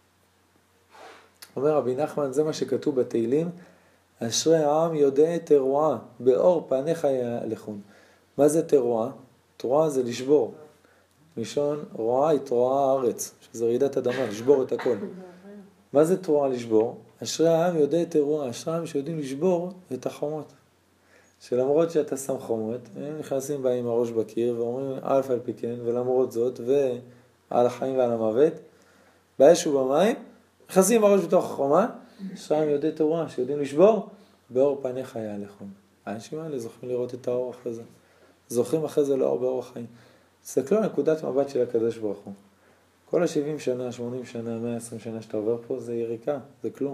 אומר רבי נחמן, זה מה שכתוב בתהילים, אשרי העם יודע תרועה, באור פניך יהלכון. מה זה תרועה? תרועה זה לשבור. ראשון, רועה היא תרועה הארץ, שזה רעידת אדמה, לשבור את הכל. מה זה תרועה לשבור? אשרי העם יודע תרועה, אשרי העם שיודעים לשבור את החומות. שלמרות שאתה שם חומות, הם נכנסים בה עם הראש בקיר, ואומרים א' על פי כן, ולמרות זאת, ועל החיים ועל המוות, באש ובמים, נכנסים עם הראש בתוך החומה, אשרי העם יודע תרועה, שיודעים לשבור, באור פניך יהלכון. האנשים האלה זוכים לראות את האור אחרי זה. זוכים אחרי זה לאור באור החיים. תסתכלו על נקודת מבט של הקדוש ברוך הוא. כל ה-70 שנה, 80 שנה, 120 שנה שאתה עובר פה, זה יריקה, זה כלום.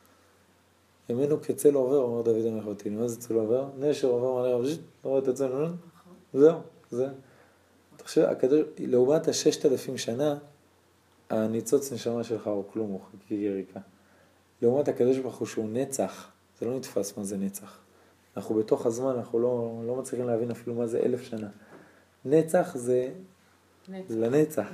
ימינו כצל עובר, אומר דוד המלך בתהילים. מה זה צל עובר? נשר עובר, מלא רב, רואה את הצל, זהו, זה. תחשב, לעומת ה-6,000 שנה, הניצוץ נשמה שלך הוא כלום, הוא חלקי יריקה. לעומת הקדוש ברוך הוא שהוא נצח, זה לא נתפס מה זה נצח. אנחנו בתוך הזמן, אנחנו לא מצליחים להבין אפילו מה זה 1,000 שנה. נצח זה לנצח.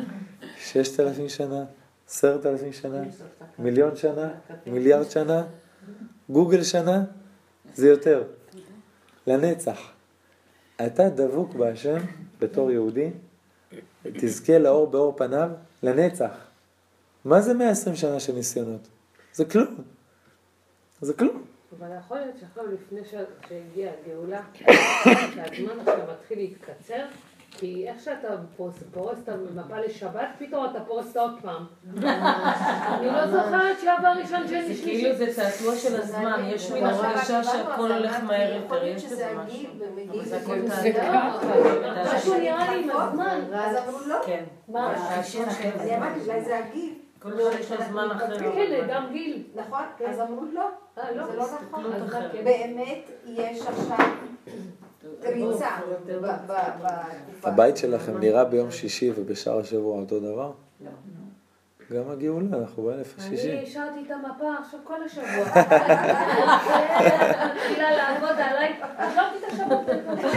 6,000 שנה, 10,000 שנה, 1,000,000 שנה, מיליארד שנה, גוגל שנה, זה יותר. לנצח. אתה דבוק בהשם בתור יהודי, תזכה לאור באור פניו, לנצח. מה זה 120 שנה של ניסיונות? זה כלום. זה כלום. אבל יכול להיות שעכשיו לפני שהגיעה הגאולה, שהזמן עכשיו מתחיל להתקצר, כי איך שאתה פורס את המפה לשבת, פתאום אתה פורס עוד פעם. אני לא זוכרת שלב הראשון שלי שלישי. כאילו זה תעתוע של הזמן, יש מין הרגשה שהכל הולך מהר יותר, יש בזה משהו. זה ככה. משהו נראה לי עם הזמן. ואז אמרו לא. כן. מה? אני אמרתי, אולי זה הגיל. כל מיני יש לו זמן אחר. כן, גם גיל. נכון? אז אמרו לא. זה לא נכון. באמת יש עכשיו ריצה בתקופה. הבית שלכם נראה ביום שישי ובשאר השבוע אותו דבר? לא. גם הגאולה, אנחנו באלף השישי. אני השארתי את המפה עכשיו כל השבוע. מתחילה לעבוד עליי, השארתי את השבוע.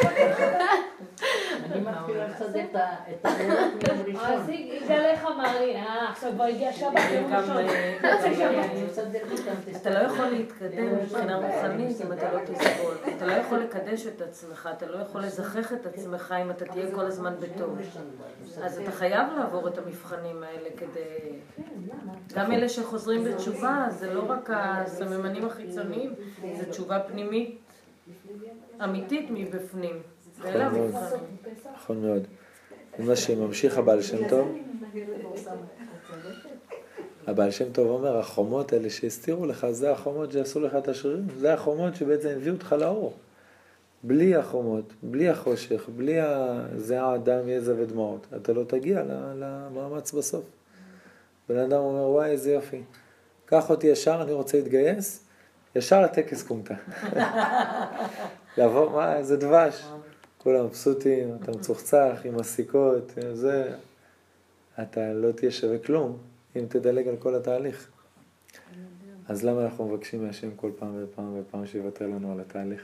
אני מתחילה לסדר את הגאולות מיום ראשון. אז יגלך אמר לי, עכשיו כבר הגיע שבת יום ראשון. אתה לא יכול להתקדם מבחינה רוחנית אם אתה לא תסבול. אתה לא יכול לקדש את עצמך, אתה לא יכול לזכח את עצמך אם אתה תהיה כל הזמן בטוב. אז אתה חייב לעבור את המבחנים האלה כדי... גם אלה שחוזרים בתשובה, זה לא רק הסממנים החיצוניים, זה תשובה פנימית, אמיתית מבפנים. ואלה המבחנים. נכון מאוד. מה שממשיך הבעל שם טוב, הבעל שם טוב אומר, החומות האלה שהסתירו לך, זה החומות שעשו לך את השרירים, זה החומות שבעצם הביאו אותך לאור. בלי החומות, בלי החושך, בלי זיעה, דם, יזע ודמעות, אתה לא תגיע למאמץ בסוף. בן אדם אומר, וואי, איזה יופי. קח אותי ישר, אני רוצה להתגייס, ישר לטקס קומטה. לבוא, מה, איזה דבש. כולם מבסוטים, אתה מצוחצח עם הסיכות, זה. אתה לא תהיה שווה כלום אם תדלג על כל התהליך. אז למה אנחנו מבקשים מהשם כל פעם ופעם ופעם שיוותר לנו על התהליך?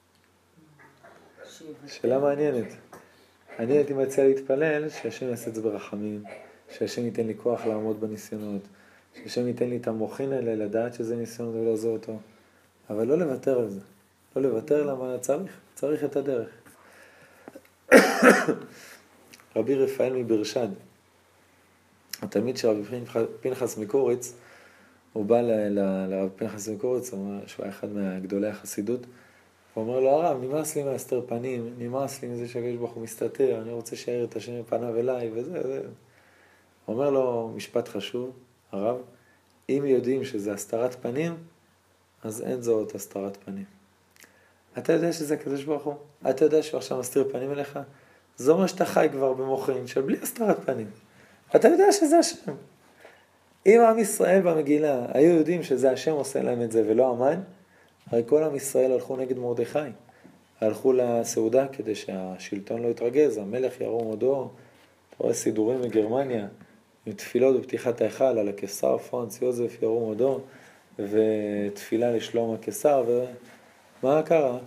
שאלה מעניינת. אני הייתי מציע להתפלל שהשם יעשה את זה ברחמים, שהשם ייתן לי כוח לעמוד בניסיונות, שהשם ייתן לי את המוחין האלה לדעת שזה ניסיון ולעזור אותו, אבל לא לוותר על זה. לא לוותר למה צריך את הדרך. רבי רפאל מברשד, התלמיד של רבי פנחס מקוריץ, הוא בא לרב פנחס מקוריץ, שהוא היה אחד מהגדולי החסידות, הוא אומר לו, הרב, נמאס לי מהסתר פנים, נמאס לי מזה שהקדוש ברוך הוא מסתתר, אני רוצה שיאיר את השם פניו אליי, וזה. הוא אומר לו, משפט חשוב, הרב, אם יודעים שזה הסתרת פנים, אז אין זאת הסתרת פנים. אתה יודע שזה הקדוש ברוך הוא? אתה יודע שהוא עכשיו מסתיר פנים אליך? זה אומר שאתה חי כבר במוחין של בלי הסתרת פנים. אתה יודע שזה השם. אם עם ישראל במגילה היו יודעים שזה השם עושה להם את זה ולא המן, הרי כל עם ישראל הלכו נגד מרדכי. הלכו לסעודה כדי שהשלטון לא יתרגז, המלך ירום הודו. אתה רואה סידורים מגרמניה, עם תפילות בפתיחת ההיכל על הקיסר פרנץ יוזף ירום הודו, ותפילה לשלום הקיסר, ומה קרה?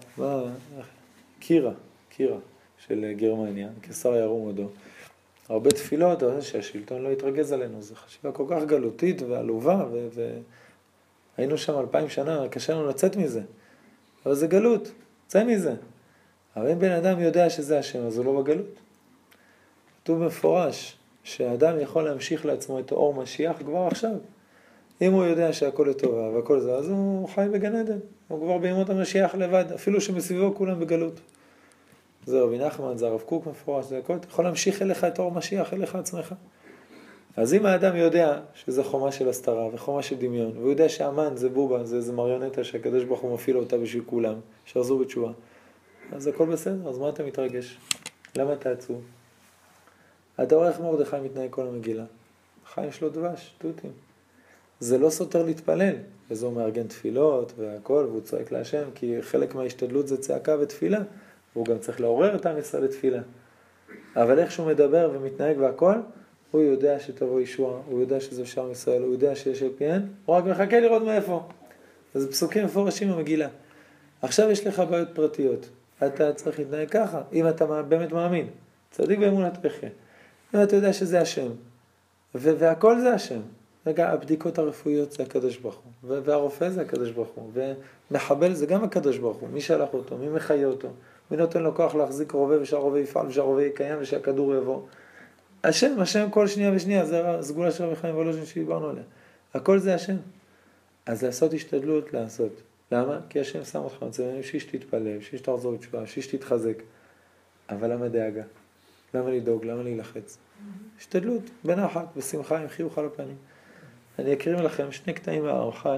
קירה של גרמניה, קיסר ירום הודו. הרבה תפילות, שהשלטון לא יתרגז עלינו, זו חשיבה כל כך גלותית ועלובה, היינו שם 2000 שנה, קשה לנו לצאת מזה. אבל זה גלות, צא מזה. אבל אם בן אדם יודע שזה השם, אז הוא לא בגלות. כתוב מפורש, שהאדם יכול להמשיך לעצמו את האור משיח כבר עכשיו. אם הוא יודע שהכל לטובה והכל זה, אז הוא חי בגן עדן. הוא כבר בימות המשיח לבד, אפילו שמסביבו כולם בגלות. זה רבי נחמן, זה הרב קוק מפורש, זה הכל. אתה יכול להמשיך אליך את האור משיח, אליך עצמך. אז אם האדם יודע שזה חומה של הסתרה וחומה של דמיון, והוא יודע שהמן זה בובה, זה איזה מריונטה שהקדוש ברוך הוא מפעיל אותה בשביל כולם, שרזו בתשובה, אז הכל בסדר, אז מה אתה מתרגש? למה אתה עצוב? אתה רואה איך מרדכי מתנהג כל המגילה. חיים שלו דבש, תותים. זה לא סותר להתפלל, וזה הוא מארגן תפילות והכל, והוא צועק להשם, כי חלק מההשתדלות זה צעקה ותפילה, והוא גם צריך לעורר את עם ישראל לתפילה. אבל איך שהוא מדבר ומתנהג והכל, הוא יודע שתבוא ישוע, הוא יודע שזה אפשר ישראל, הוא יודע שיש אפיין, הוא רק מחכה לראות מאיפה. אז פסוקים מפורשים במגילה. עכשיו יש לך בעיות פרטיות, אתה צריך להתנהג ככה, אם אתה באמת מאמין, צדיק באמונת תחיה. אם אתה יודע שזה השם, והכל זה השם, הבדיקות הרפואיות זה הקדוש ברוך הוא, והרופא זה הקדוש ברוך הוא, ומחבל זה גם הקדוש ברוך הוא, מי שלח אותו, מי מחיה אותו, מי נותן לו כוח להחזיק רובה ושהרובה יפעל ושהרובה יקיים ושהכדור יבוא. השם כל שנייה ושנייה, זה הסגולה של רבי חיים וולוז'ין שדיברנו עליה. הכל זה השם. אז לעשות השתדלות, לעשות. למה? כי השם שם אותך, שיש תתפלל, שיש תחזור בתשובה, שיש תתחזק. אבל למה דאגה? למה לדאוג? למה להילחץ? השתדלות, בנחת, בשמחה, עם חיוך על הפנים. אני אקריא לכם 2 קטעים מהרמח"ל,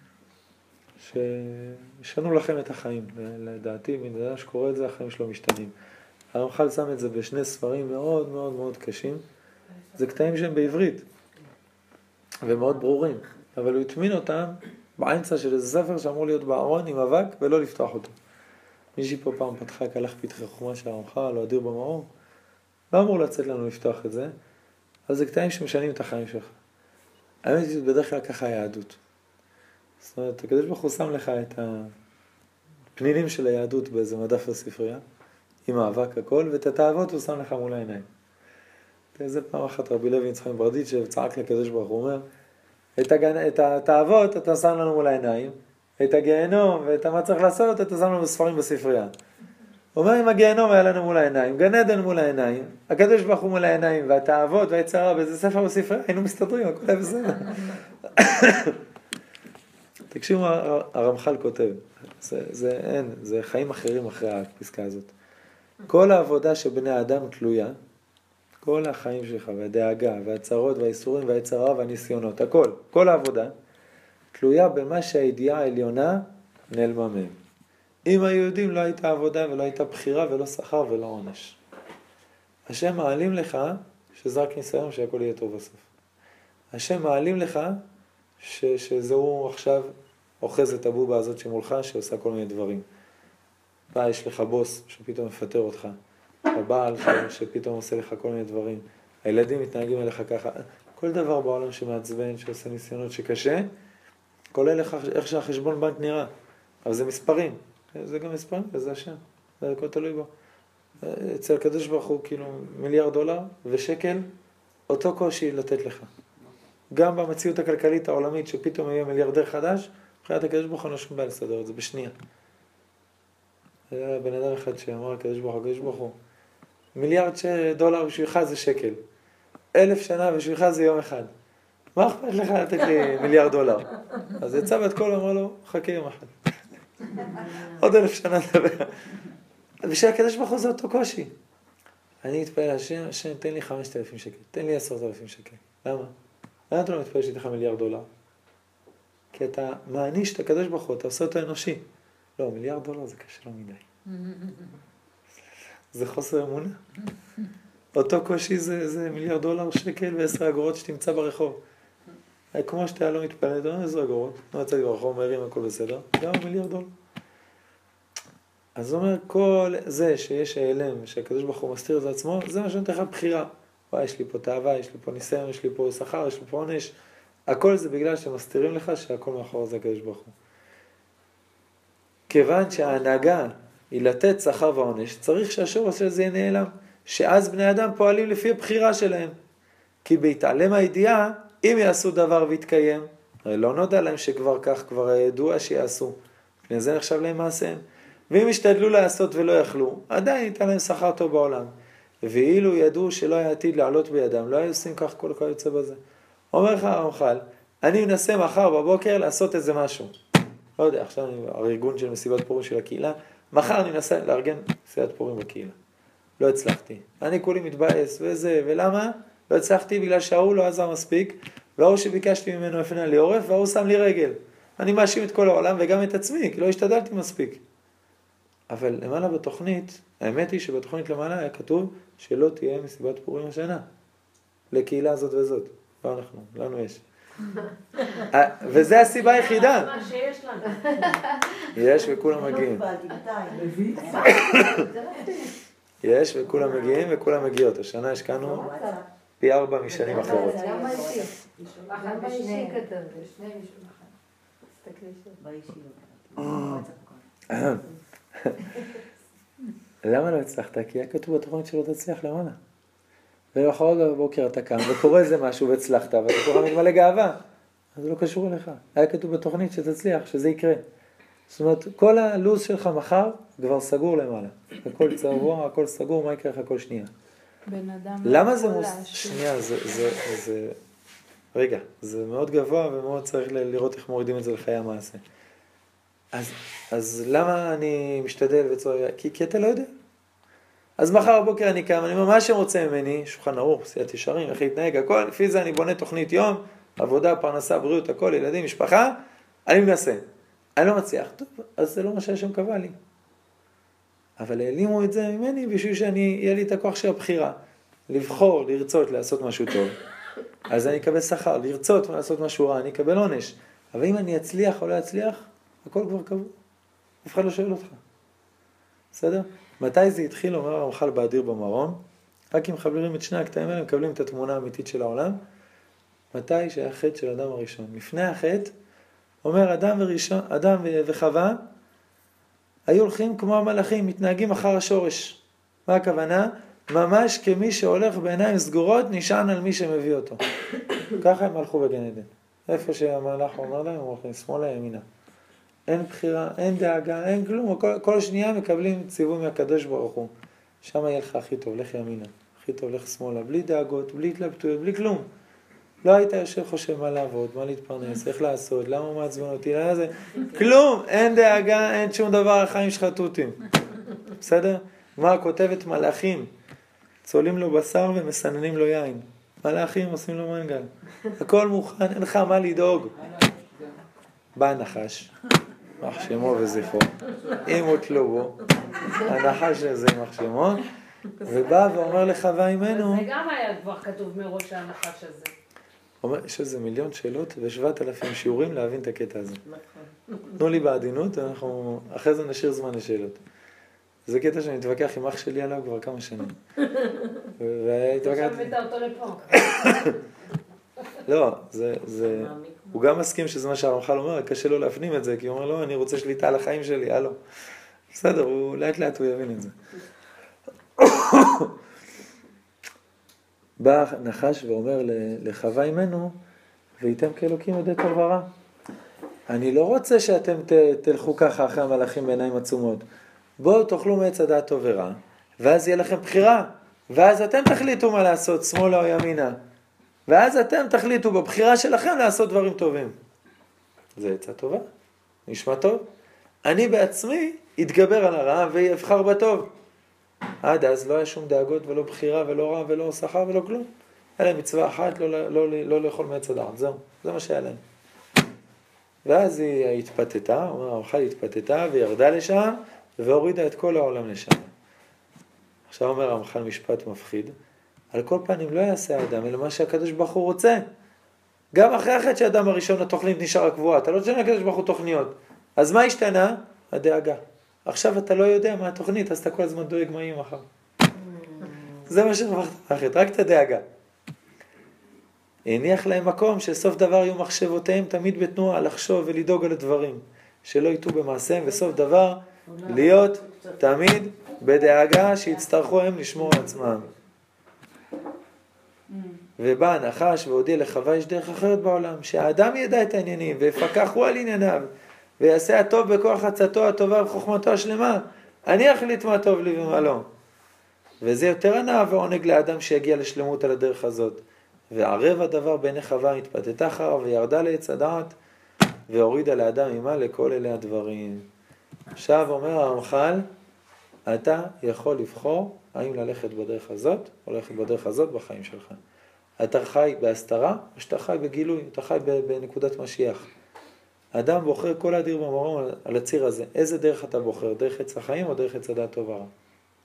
שישנו לכם את החיים. לדעתי, מן אדם שקורא את זה, החיים שלו משתנים. הרמח"ל שם את זה בשני ספרים מאוד מאוד מאוד קשים. זה קטעים שהם בעברית, ומאוד ברורים. אבל הוא התמין אותם באמצע של איזה ספר שאמור להיות בארון עם אבק ולא לפתוח אותו. מישהי פה פעם פתחה כלך פתחי חומה של הרמח"ל, או אדיר במאור. לא אמור לצאת לנו לפתוח את זה, אבל זה קטעים שמשנים את החיים שלך. האמת היא בדרך כלל ככה היהדות. זאת אומרת, הקדוש ברוך הוא שם לך את הפנינים של היהדות באיזה מדף הספרייה, עם האבק הכל, ואת התאוות הוא שם לך מול העיניים. זה פעם אחת רבי לוי יצחק ברדיצ'ב צעק לקדוש ברוך הוא, אומר, את התאוות אתה שם לנו מול העיניים, את הגיהנום ואת מה צריך לעשות אתה שם לנו בספרים בספרייה. הוא אומר, אם הגיהנום היה לנו מול העיניים, גן עדן מול העיניים, הקדוש ברוך הוא מול העיניים, והתאוות והיצרה באיזה ספר בספרייה, היינו מסתדרים, הכל היה בסדר. תקשיבו, הרמח"ל כותב, זה חיים אחרים אחרי הפסקה הזאת. כל העבודה שבני האדם תלויה, כל החיים שלך, והדאגה, והצרות, והאיסורים, והיצרה, והניסיונות, הכל, כל העבודה, תלויה במה שהידיעה העליונה נעלמה מהם. אם היהודים לא הייתה עבודה ולא הייתה בחירה ולא שכר ולא עונש. השם מעלים לך שזה רק ניסיון שהכל יהיה טוב בסוף. השם מעלים לך שזהו עכשיו אוחז את הבובה הזאת שמולך שעושה כל מיני דברים. יש לך בוס שפתאום מפטר אותך. הבעל שפתאום עושה לך כל מיני דברים. הילדים מתנהגים אליך ככה. כל דבר בעולם שמעצבן, שעושה ניסיונות שקשה, כולל איך שהחשבון בנק נראה. אבל זה מספרים. זה גם מספרים, וזה השם. זה הכל תלוי בו. אצל הקדוש ברוך הוא כאילו $1,000,000,000 ושקל, אותו קושי לתת לך. גם במציאות הכלכלית העולמית שפתאום יהיה מיליארדר חדש, מבחינת הקדוש ברוך הוא אין לו שום בעיה לסדר את זה בשנייה. היה בן אדם אחד שאמר הקדוש ברוך הוא, $1,000,000,000 בשבילך זה שקל. 1,000 שנה בשבילך זה יום אחד. מה אכפת לך לתת לי $1,000,000,000? אז יצא בת קול אמר לו, חכה יום אחד. עוד 1,000 שנה נדבר. בשביל הקדוש ברוך הוא זה אותו קושי. אני אתפעל השם, תן לי 5,000 שקל, תן לי 10,000 שקל. למה? למה אתה לא מתפעל שתיתך $1,000,000,000? כי אתה מעניש את הקדוש ברוך הוא, אתה עושה אותו אנושי. לא, $1,000,000,000 זה קשה לו מדי. זה חוסר אמונה. אותו קושי זה $1,000,000 שקל ו10 אגורות שתמצא ברחוב. כמו שאתה לא מתפעל, אתה אומר 10 אגורות, לא יצאתי ברחוב, מהרים, הכל בסדר, גם $1,000,000,000. אז הוא אומר, כל זה שיש העלם, שהקדוש ברוך הוא מסתיר את עצמו, זה מה שנותן לך בחירה. יש לי פה תאווה, יש לי פה ניסיון, יש לי פה שכר, יש לי פה עונש. הכל זה בגלל שמסתירים לך שהכל מאחור זה הקדוש ברוך הוא. כיוון שההנהגה היא לתת שכר ועונש, צריך שהשורש של זה יהיה נעלם. שאז בני אדם פועלים לפי הבחירה שלהם. כי בהתעלם הידיעה, אם יעשו דבר ויתקיים, הרי לא נודע להם שכבר כך, כבר ידוע שיעשו. לפני זה נחשב להם מעשיהם. ואם השתדלו לעשות ולא יכלו, עדיין ניתן להם שכר טוב בעולם. ואילו ידעו שלא היה עתיד לעלות בידם, לא היו עושים כך כל יוצא בזה. אומר לך הרמח"ל, אני מנסה מחר בבוקר לעשות איזה משהו. לא יודע, עכשיו אני הארגון של מסיבת פורים של הקהילה, מחר אני מנסה לארגן מסיבת פורים בקהילה. לא הצלחתי. אני כולי מתבאס וזה, ולמה? לא הצלחתי בגלל שההוא לא עזר מספיק, וההוא שביקשתי ממנו הפנה לי עורף, וההוא שם לי רגל. אני מאשים את כל העולם וגם את עצמי, כי לא השתדלתי מספיק. אבל למעלה בתוכנית, האמת היא שבתוכנית למעלה היה כתוב שלא תהיה מסיבת פורים השנה. לקהילה הזאת וזאת. לא אנחנו, לנו יש. וזה הסיבה היחידה. מה שיש לנו. יש וכולם מגיעים. יש וכולם מגיעים וכולם מגיעות. השנה השקענו פי 4 משנים אחרות. למה אישי? למה אישי כתב? שני מישהו אחד. תסתכלי למה לא הצלחת? כי היה כתוב בתוכנית שלא תצליח למעלה. ולאחר בבוקר אתה קם וקורא איזה משהו והצלחת, ואתה קורא מתמלא גאווה. אז זה לא קשור אליך. היה כתוב בתוכנית שתצליח, שזה יקרה. זאת אומרת, כל הלוז שלך מחר כבר סגור למעלה. הכל צבוע, הכל סגור, מה יקרה לך כל שנייה? למה זה שנייה, זה... רגע, זה מאוד גבוה ומאוד צריך לראות איך מורידים את זה לחיי המעשה. אז למה אני משתדל וצוער? כי אתה לא יודע. אז מחר בבוקר אני קם, אני אומר, מה שרוצה ממני, שולחן ערוך, עשיית ישרים, איך להתנהג, הכל, לפי זה אני בונה תוכנית יום, עבודה, פרנסה, בריאות, הכל, ילדים, משפחה, אני מנסה. אני לא מצליח. טוב, אז זה לא מה שהשם קבע לי. אבל העלימו את זה ממני בשביל יהיה לי את הכוח של הבחירה. לבחור, לרצות, לעשות משהו טוב. אז אני אקבל שכר, לרצות ולעשות משהו רע, אני אקבל עונש. אבל אם אני אצליח או לא אצליח, הכל כבר קבוע. אף אחד לא שואל אותך. בסדר? מתי זה התחיל, אומר הרמח"ל באדיר במרום, רק אם מחברים את שני הקטעים האלה, מקבלים את התמונה האמיתית של העולם. מתי שהיה חטא של אדם הראשון. לפני החטא, אומר אדם וחווה, היו הולכים כמו המלאכים, מתנהגים אחר השורש. מה הכוונה? ממש כמי שהולך בעיניים סגורות, נשען על מי שמביא אותו. ככה הם הלכו בגן עדן. איפה שהמלאך אומר להם, הם הולכים שמאלה ימינה. אין בחירה, אין דאגה, אין כלום. כל שנייה מקבלים ציווי מהקדוש ברוך הוא. שם יהיה לך הכי טוב, לך ימינה. הכי טוב, לך שמאלה. בלי דאגות, בלי התלבטויות, בלי כלום. לא היית יושב חושב מה לעבוד, מה להתפרנס, איך לעשות, למה הוא מעצבן אותי, למה זה? כלום, אין דאגה, אין שום דבר, החיים שלך תותים. בסדר? גמרא כותבת מלאכים. צולים לו בשר ומסננים לו יין. מלאכים עושים לו מנגל. הכל מוכן, אין לך מה לדאוג. בא הנחש, יימח שמו וזכרו, אימות לו בו, הנחש הזה יימח שמו, ובא ואומר לחווה אימנו, זה גם היה כבר כתוב מראש הנחש הזה. אומר, יש איזה 1,000,000 שאלות ו7,000 שיעורים להבין את הקטע הזה. תנו לי בעדינות, אנחנו אחרי זה נשאיר זמן לשאלות. זה קטע שאני מתווכח עם אח שלי עליו כבר כמה שנים. עכשיו הבאת אותו לפה. לא, הוא גם מסכים שזה מה שהרמח"ל אומר, קשה לו להפנים את זה, כי הוא אומר, לא, אני רוצה שליטה על החיים שלי, הלו. בסדר, לאט לאט הוא יבין את זה. בא נחש ואומר לחווה אימנו, וייתם כאלוקים יודעי טוב ורע. אני לא רוצה שאתם תלכו ככה אחרי המלאכים בעיניים עצומות. בואו תאכלו מעץ הדעת טוב ורע, ואז יהיה לכם בחירה, ואז אתם תחליטו מה לעשות, שמאלה או ימינה. ואז אתם תחליטו בבחירה שלכם לעשות דברים טובים. זה עצה טובה, נשמע טוב. אני בעצמי אתגבר על הרע ויבחר בטוב. עד אז לא היה שום דאגות ולא בחירה ולא רע ולא שכר ולא כלום. היה להם מצווה אחת, לא לאכול מעץ הדעת, זהו, זה מה שהיה להם. ואז היא התפתתה, הרמח"ל התפתתה וירדה לשם והורידה את כל העולם לשם. עכשיו אומר הרמח"ל משפט מפחיד, על כל פנים לא יעשה האדם אלא מה שהקדוש ברוך הוא רוצה. גם אחרי החטא שהאדם הראשון התוכנית נשארה קבועה, אתה לא תשנה הקדוש ברוך הוא תוכניות. אז מה השתנה? הדאגה. עכשיו אתה לא יודע מה התוכנית, אז אתה כל הזמן דואג מה יהיה מחר. זה מה שהרווחת מהחטא, רק את הדאגה. הניח להם מקום שסוף דבר יהיו מחשבותיהם תמיד בתנועה לחשוב ולדאוג על הדברים, שלא ייטו במעשיהם, וסוף דבר להיות תמיד בדאגה שיצטרכו הם לשמור על עצמם. ובא הנחש והודיע לחווה יש דרך אחרת בעולם, שהאדם ידע את העניינים ויפקח הוא על ענייניו, ויעשה הטוב בכוח עצתו הטובה וחוכמתו השלמה. אני אחליט מה טוב לי ומה לא. וזה יותר הנאה ועונג לאדם שיגיע לשלמות על הדרך הזאת. וערב הדבר בעיני חווה התפתתה אחריו וירדה לעץ הדעת והורידה לאדם עמה לכל אלה הדברים. עכשיו אומר הרמח"ל, אתה יכול לבחור האם ללכת בדרך הזאת או ללכת בדרך הזאת בחיים שלך. אתה חי בהסתרה או שאתה חי בגילוי, אתה חי בנקודת משיח. אדם בוחר כל אדיר במרום על הציר הזה. איזה דרך אתה בוחר? דרך עץ החיים או דרך עץ הדעת טוב ורע?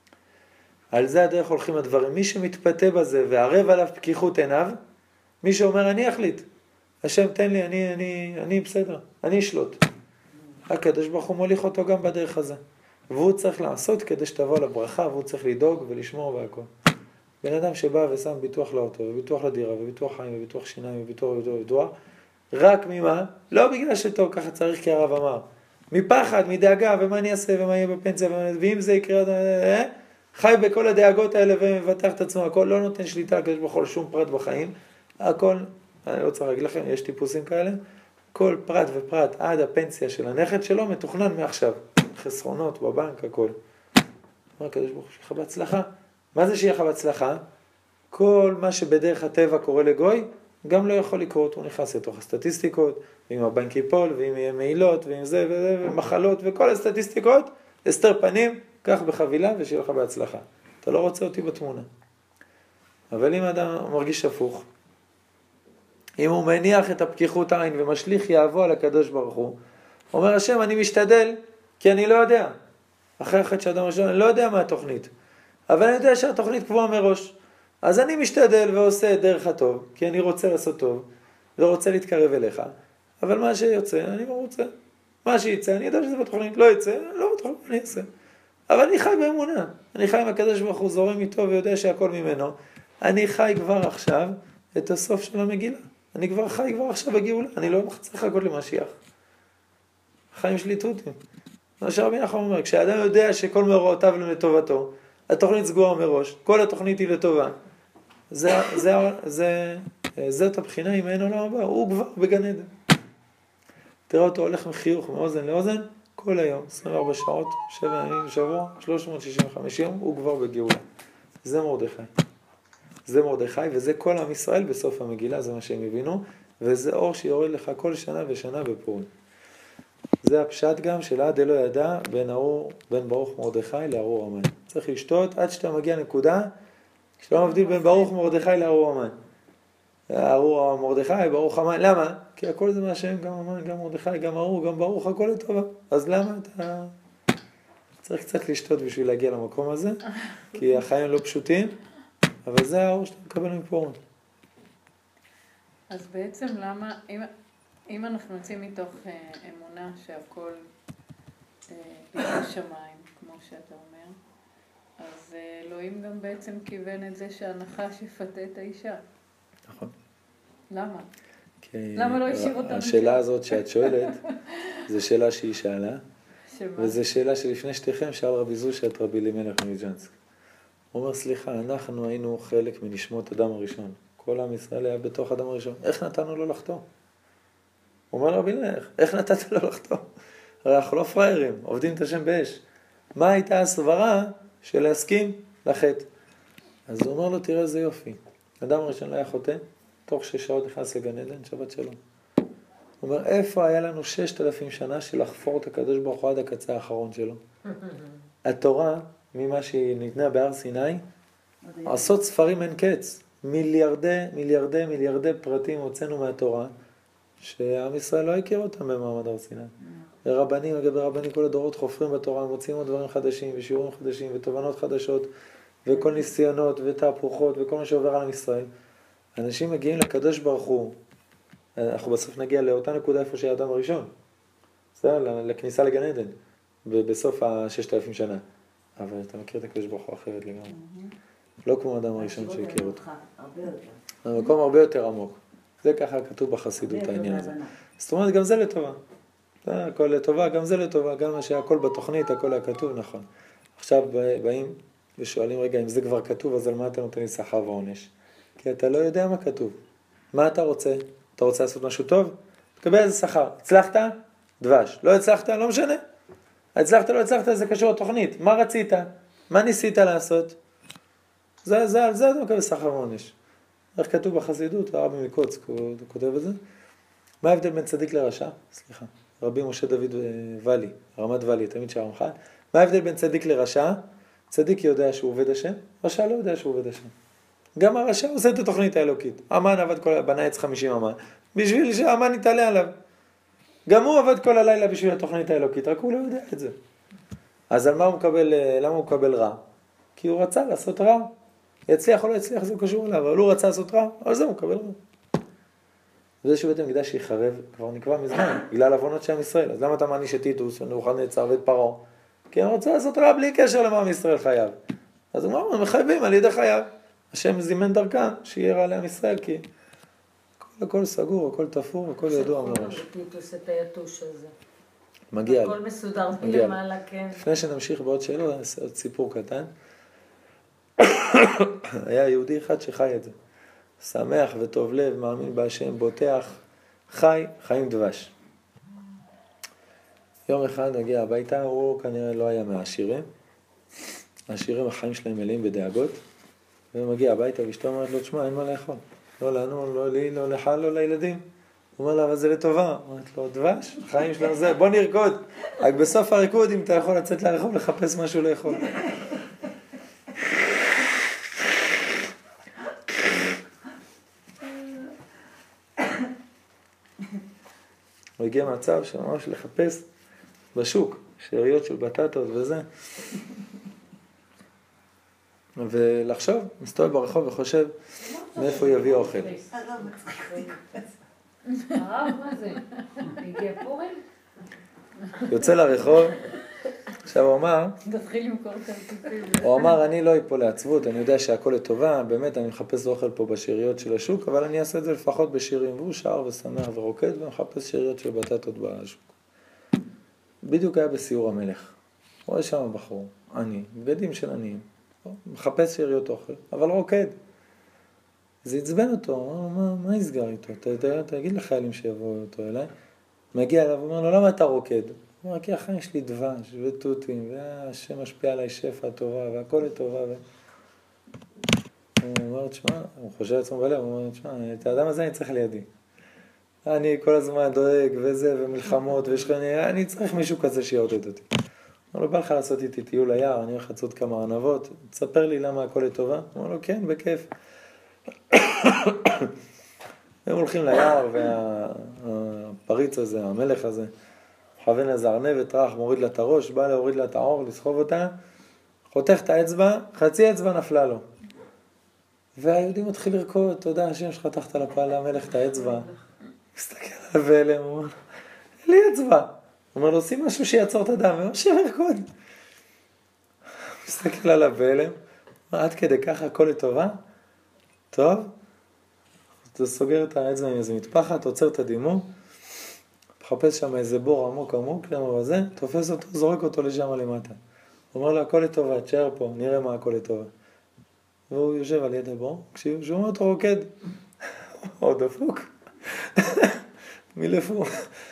על זה הדרך הולכים הדברים. מי שמתפתה בזה וערב עליו פקיחות עיניו, מי שאומר אני אחליט. השם תן לי, אני בסדר, אני אשלוט. הקדוש ברוך הוא מוליך אותו גם בדרך הזה. והוא צריך לעשות כדי שתבוא לברכה, והוא צריך לדאוג ולשמור והכל. בן אדם שבא ושם ביטוח לאוטו, וביטוח לדירה, וביטוח חיים, וביטוח שיניים, וביטוח, רק ממה? לא בגלל שטוב, ככה צריך כי הרב אמר. מפחד, מדאגה, ומה אני אעשה, ומה יהיה בפנסיה, ואם זה יקרה, חי בכל הדאגות האלה ומבטח את עצמו, הכל לא נותן שליטה, כדי בכל שום פרט בחיים, הכל, אני לא צריך להגיד לכם, יש טיפוסים כאלה, כל פרט ופרט עד הפנסיה של הנכד שלו מתוכנן מעכשיו, חסרונות בבנק, הכל. אומר הקדוש ברוך הוא, שיהיה לך בהצלחה. מה זה שיהיה לך בהצלחה? כל מה שבדרך הטבע קורה לגוי, גם לא יכול לקרות, הוא נכנס לתוך הסטטיסטיקות, ואם הבנק ייפול, ואם יהיה מעילות, ואם זה וזה, ומחלות, וכל הסטטיסטיקות, הסתר פנים, קח בחבילה ושיהיה לך בהצלחה. אתה לא רוצה אותי בתמונה. אבל אם אדם מרגיש הפוך, אם הוא מניח את הפקיחות העין ומשליך יאבו על הקדוש ברוך הוא, אומר השם אני משתדל כי אני לא יודע. אחרי החטא שאדם ראשון אני לא יודע מה התוכנית. אבל אני יודע שהתוכנית קבועה מראש. אז אני משתדל ועושה את דרך הטוב, כי אני רוצה לעשות טוב, ורוצה להתקרב אליך. אבל מה שיוצא, אני לא רוצה. מה שיצא, אני יודע שזה בתוכנית. לא יצא, לא בתוכנית, אני אעשה. אבל אני חי באמונה. אני חי עם הקדוש ברוך הוא, זורם איתו ויודע שהכל ממנו. אני חי כבר עכשיו את הסוף של המגילה. אני כבר חי כבר עכשיו בגאולה. אני לא צריך לחכות למשיח. חיים שלי תותים. מה שרבי נחמן אומר, כשאדם יודע שכל מאורעותיו הם לטובתו, התוכנית סגורה מראש, כל התוכנית היא לטובה. זאת הבחינה עם אין עולם הבא, הוא כבר בגן עדן. תראה אותו הולך מחיוך מאוזן לאוזן, כל היום, 24 שעות, 7 ימים בשבוע, 365 יום, הוא כבר בגאולה. זה מרדכי. זה מרדכי, וזה כל עם ישראל בסוף המגילה, זה מה שהם הבינו, וזה אור שיורד לך כל שנה ושנה בפורים. זה הפשט גם של עד אלו ידע בין ברוך מרדכי לארור המן. צריך לשתות עד שאתה מגיע נקודה שלא מבדיל בין ברוך מרדכי לארור המן. ארור מרדכי, ברוך המן, למה? כי הכל זה מהשם, גם המן, גם מרדכי, גם ארור, גם ברוך, הכל לטובה. אז למה אתה צריך קצת לשתות בשביל להגיע למקום הזה? כי החיים לא פשוטים, אבל זה האור שאתה מקבל מפורון. אז בעצם למה, אם אנחנו יוצאים מתוך אמונה שהכל בידי שמיים, כמו שאתה אומר, אז אלוהים גם בעצם כיוון את זה שהנחש יפתה את האישה. נכון. למה? כי למה לא השאיר אותנו? השאלה הזאת שאת שואלת, זו שאלה שהיא שאלה, שמה? וזו שאלה שלפני שתיכם שאל רבי זושה את רבי אלימלך מליז'נסק. הוא אומר, סליחה, אנחנו היינו חלק מנשמות אדם הראשון. כל עם ישראל היה בתוך אדם הראשון. איך נתנו לו לחטוא? הוא אומר רבי אלימלך, איך נתת לו לחטוא? הרי אנחנו לא פריירים, עובדים את השם באש. מה הייתה הסברה של להסכים לחטא? אז הוא אומר לו, תראה איזה יופי. אדם הראשון לא היה חוטא, תוך 6 שעות נכנס לגן עדן, שבת שלום. הוא אומר, איפה היה לנו 6,000 שנה של לחפור את הקדוש ברוך הוא עד הקצה האחרון שלו? התורה, ממה שהיא ניתנה בהר סיני, עשות ספרים אין קץ. מיליארדי פרטים הוצאנו מהתורה, שעם ישראל לא הכיר אותם במעמד הר סיני. רבנים, לגבי רבנים, כל הדורות חופרים בתורה, מוצאים עוד דברים חדשים, ושיעורים חדשים, ותובנות חדשות, וכל ניסיונות, ותהפוכות, וכל מה שעובר על עם ישראל. אנשים מגיעים לקדוש ברוך הוא, אנחנו בסוף נגיע לאותה נקודה איפה שהיה האדם הראשון, בסדר? לכניסה לגן עדן, בסוף 6,000 שנה. אבל אתה מכיר את הקדוש ברוך הוא אחרת לגמרי. לא כמו האדם הראשון שהכיר אותו. המקום הרבה יותר עמוק. זה ככה כתוב בחסידות העניין הזה. זאת אומרת, גם זה לטובה. הכל לטובה, גם זה לטובה, גם מה שהכל בתוכנית, הכל היה כתוב, נכון. עכשיו באים ושואלים, רגע, אם זה כבר כתוב, אז על מה אתה נותן לי שכר ועונש? כי אתה לא יודע מה כתוב. מה אתה רוצה? אתה רוצה לעשות משהו טוב? תקבל איזה שכר. הצלחת? דבש. לא הצלחת? לא משנה. הצלחת, לא הצלחת, זה קשור לתוכנית. מה רצית? מה ניסית לעשות? על זה אתה מקבל שכר ועונש. איך כתוב בחסידות, הרבי מקוצק, הוא כותב את זה. מה ההבדל בין צדיק לרשע? סליחה. רבי משה דוד ואלי, רמת ואלי, תמיד שהרמח"ל. מה ההבדל בין צדיק לרשע? צדיק יודע שהוא עובד השם, רשע לא יודע שהוא עובד השם. גם הרשע עושה את התוכנית האלוקית. אמן עבד בנה עץ 50 אמן, בשביל שהאמן יתעלה עליו. גם הוא עבד כל הלילה בשביל התוכנית האלוקית, רק הוא לא יודע את זה. אז על מה הוא מקבל, למה הוא מקבל רע? כי הוא רצה לעשות רע. יצליח או לא יצליח, זה קשור אליו, אבל הוא רצה לעשות רע, על זה הוא מקבל רע. וזה שבית המקדש שיחרב כבר נקבע מזמן, בגלל עוונות של עם ישראל. אז למה אתה מעניש את טיטוס ונבוכדנצר ואת פרעה? כי הם רצו לעשות רע בלי קשר למה עם ישראל חייב. אז הוא אומר, הם מחייבים על ידי חייב. השם זימן דרכם שיהיה רע לעם ישראל, כי הכל סגור, הכל תפור, הכל ידוע מראש. טיטוס את היתוש הזה. מגיע. הכל מסודר מלמעלה, כן. לפני שנמשיך בעוד שאלות, אני אעשה עוד סיפור קטן. היה יהודי אחד שחי את זה. שמח וטוב לב, מאמין בהשם, בוטח, חיים דבש. יום אחד הגיע הביתה, הוא כנראה לא היה מהעשירים. העשירים, החיים שלהם מלאים בדאגות. והוא מגיע הביתה ואשתו אומרת לו, תשמע, אין מה לאכול. לא לנו, לא לי, לא לך, לא לילדים. הוא אומר לה, אבל זה לטובה. אומרת לו, דבש, חיים שלנו זה, בוא נרקוד. רק בסוף הריקוד, אם אתה יכול לצאת לרחוב, לחפש משהו לאכול. הוא הגיע מצב שממש לחפש בשוק, שאריות של בטטות וזה. ולחשוב, מסתובב ברחוב וחושב מאיפה יביא אוכל. הרב, מה זה? הגיע פורים? יוצא לרחוב, עכשיו הוא אמר, אני לא אפול לעצבות, אני יודע שהכל לטובה, באמת אני מחפש אוכל פה בשאריות של השוק, אבל אני אעשה את זה לפחות בשירים, והוא שר ושמח ורוקד ומחפש שאריות של בטטות בשוק. בדיוק היה בסיור המלך, רואה שם בחור, עני, בגדים של עניים, מחפש שאריות אוכל, אבל רוקד. זה עצבן אותו, מה יסגר איתו? תגיד לחיילים שיבואו אותו אליי. מגיע אליו, אומר לו, למה אתה רוקד? הוא אומר, כי החיים שלי דבש וטוטים, והשם משפיע עליי שפע טובה, והכל לטובה. הוא אומר, תשמע, הוא חושב לעצמו בלב, הוא אומר, תשמע, את האדם הזה אני צריך לידי. אני כל הזמן דואג וזה, ומלחמות, אני צריך מישהו כזה שיעודד אותי. אמר לו, בא לך לעשות איתי טיול ליער, אני הולך לצוד כמה ארנבות, תספר לי למה הכל לטובה. אמר לו, כן, בכיף. הם הולכים ליער, והפריץ הזה, המלך הזה, מכוון איזה ארנבת רך, מוריד לה את הראש, בא להוריד לה את העור, לסחוב אותה, חותך את האצבע, חצי אצבע נפלה לו. והיהודי מתחיל לרקוד, תודה השם שחתכת למלך את האצבע. מסתכל עליו ואליהם, הוא אומר, אין לי אצבע. הוא אומר לו, עושים משהו שיעצור את הדם, הוא ממשיך לרקוד. מסתכל עליו ואליהם, עד כדי ככה הכל לטובה? טוב, אתה סוגר את האצבע עם איזה מטפחת, עוצר את הדימום, מחפש שם איזה בור עמוק עמוק, למה בזה, תופס אותו, זורק אותו לשם למטה. הוא אומר לו, הכל לטובה, תשאר פה, נראה מה הכל לטובה. והוא יושב על יד הבור, כשהוא שומע אותו רוקד, הוא דפוק, מלפוק.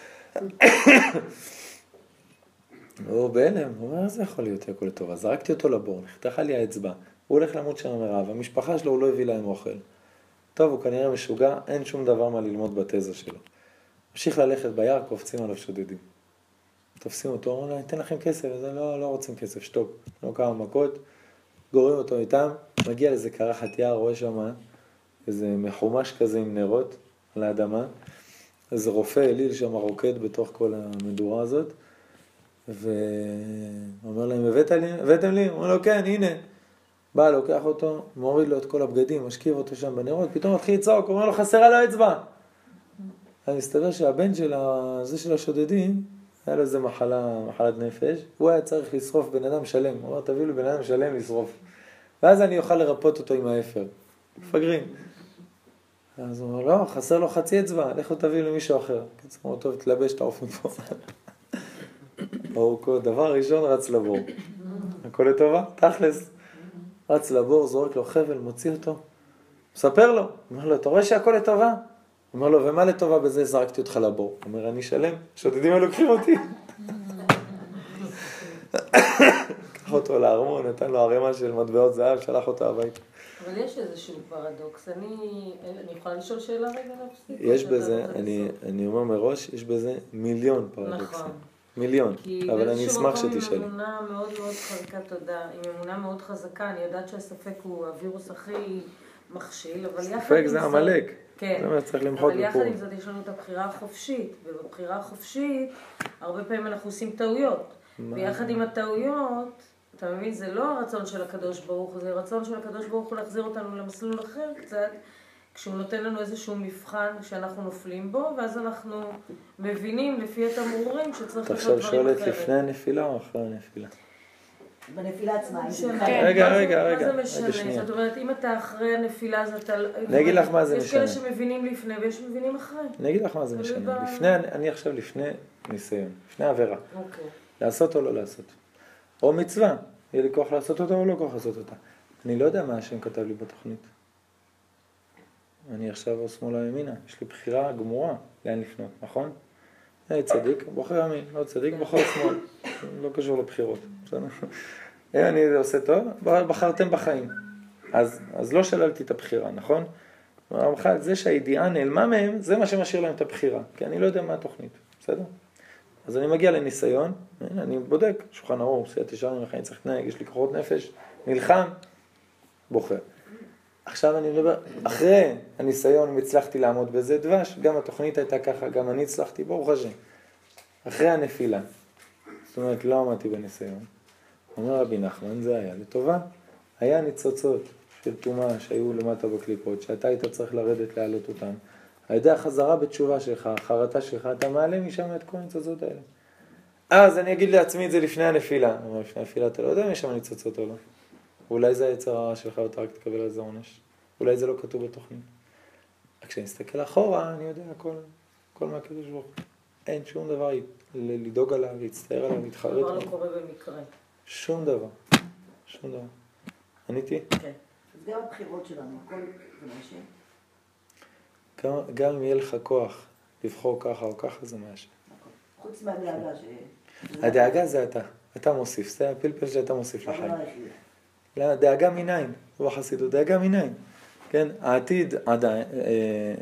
הוא בהלם, הוא אומר, זה יכול להיות הכל לטובה. זרקתי אותו לבור, נחתכה לי האצבע, הוא הולך למות שם מרעב, המשפחה שלו הוא לא הביא להם אוכל. טוב, הוא כנראה משוגע, אין שום דבר מה ללמוד בתזה שלו. ממשיך ללכת ביער, קופצים עליו שודדים. תופסים אותו, אומרים לו, ניתן לכם כסף, אז לא רוצים כסף, שתוק. לא כמה מכות, גוררים אותו איתם, מגיע לאיזה קרחת יער, רואה שם איזה מחומש כזה עם נרות על האדמה, איזה רופא אליל שם רוקד בתוך כל המדורה הזאת, ואומר להם, הבאתם לי? הוא אומר לו, כן, הנה. בא, לוקח אותו, מוריד לו את כל הבגדים, משכיב אותו שם בנרות, פתאום מתחיל לצעוק, אומר לו, חסרה לו אצבע. אז מסתבר שהבן של השודדים, היה לו איזה מחלת נפש, הוא היה צריך לשרוף בן אדם שלם. הוא אומר, תביאו לי בן אדם שלם לשרוף. ואז אני אוכל לרפות אותו עם האפר. מפגרים. אז הוא אומר, לא, חסר לו חצי אצבע, לכו תביאו למישהו אחר. קצר, הוא טוב, תלבש, תעוף מפה. דבר ראשון רץ לבור. הכל לטובה, תכלס. רץ לבור, זורק לו חבל, מוציא אותו. מספר לו, אומר לו, אתה רואה שהכל לטובה? אומר לו, ומה לטובה בזה? זרקתי אותך לבור. אומר, אני שלם, שודדים לוקחים אותי. קח אותו לארמון, נתן לו ערימה של מטבעות זהב, שלח אותו הביתה. אבל יש איזשהו פרדוקס. אני יכולה לשאול שאלה רגע להפסיק? יש בזה, אני אומר מראש, יש בזה מיליון פרדוקסים. נכון. מיליון, אבל אני אשמח שתשאלי. כי באיזשהו מקום עם אמונה מאוד מאוד חזקה, תודה, עם אמונה מאוד חזקה, אני יודעת שהספק הוא הווירוס הכי מכשיל, אבל יחד עם זאת... ספק זה המלאק. כן, אבל יחד עם זאת יש לנו את הבחירה החופשית, ובבחירה החופשית הרבה פעמים אנחנו עושים טעויות, ויחד עם הטעויות, אתה מבין, זה לא הרצון של הקדוש ברוך הוא, זה הרצון של הקדוש ברוך הוא להחזיר אותנו למסלול אחר קצת, כשהוא נותן לנו איזשהו מבחן שאנחנו נופלים בו, ואז אנחנו מבינים לפי התמרורים שצריך לעשות דברים אחרת. אתה עכשיו שואלת לפני הנפילה או אחרי הנפילה? בנפילה עצמה. רגע, מה זה משנה? זאת אומרת, אם אתה אחרי הנפילה, אז אתה... אני אגיד לך מה זה משנה. יש כאלה שמבינים לפני ויש שמבינים אחרי. אני אגיד לך מה זה משנה. אני עכשיו לפני ניסיון, לפני עבירה. אוקיי. לעשות או לא לעשות. או מצווה, יהיה לי כוח לעשות אותה או לא כוח לעשות אותה. אני לא יודע מה השם כתב לי בתוכנית. אני עכשיו או שמאלה ימינה, יש לי בחירה גמורה לאן לפנות, נכון? צדיק, בוחר ימין, לא צדיק, בוחר שמאל. לא קשור לבחירות. אני עושה טוב, בחרתם בחיים. אז לא שללתי את הבחירה, נכון? זה שהידיעה נעלמה מהם, זה מה שמשאיר להם את הבחירה, כי אני לא יודע מה התוכנית, בסדר? אז אני מגיע לניסיון, אני בודק, שולחן ערוך, עשיית ישרים, איך אני צריך להתנהג, יש לי כוחות נפש, נלחם, בוחר. עכשיו אני מדבר, אחרי הניסיון, אם הצלחתי לעמוד בזה דבש, גם התוכנית הייתה ככה, גם אני הצלחתי, ברוך השם. אחרי הנפילה, זאת אומרת, לא עמדתי בניסיון. אומר רבי נחמן, זה היה לטובה. היה ניצוצות של תומה שהיו למטה בקליפות, שאתה היית צריך לרדת להעלות אותן. על ידי החזרה בתשובה שלך, החרטה שלך, אתה מעלה משם את כל הניצוצות האלה. אז אני אגיד לעצמי את זה לפני הנפילה. אומר, לפני הנפילה אתה לא יודע אם יש שם ניצוצות או לא. אולי זה היצר הרע שלך ואתה רק תקבל על זה עונש. אולי זה לא כתוב בתוכנית. כשאני אסתכל אחורה, אני יודע הכל מהקדוש ברוך הוא. אין שום דבר לדאוג עליו, להצטער עליו, להתחרט עליו. דבר לא קורה במקרה. שום דבר. עניתי? כן. אז גם הבחירות שלנו, הכל זה מהשם. גם אם יהיה לך כוח לבחור ככה או ככה, זה מהשם. חוץ מהדאגה הדאגה זה אתה. אתה מוסיף. זה הפלפל שאתה מוסיף לחיים. לא, דאגה מניין. בחסידות, דאגה מניין. כן?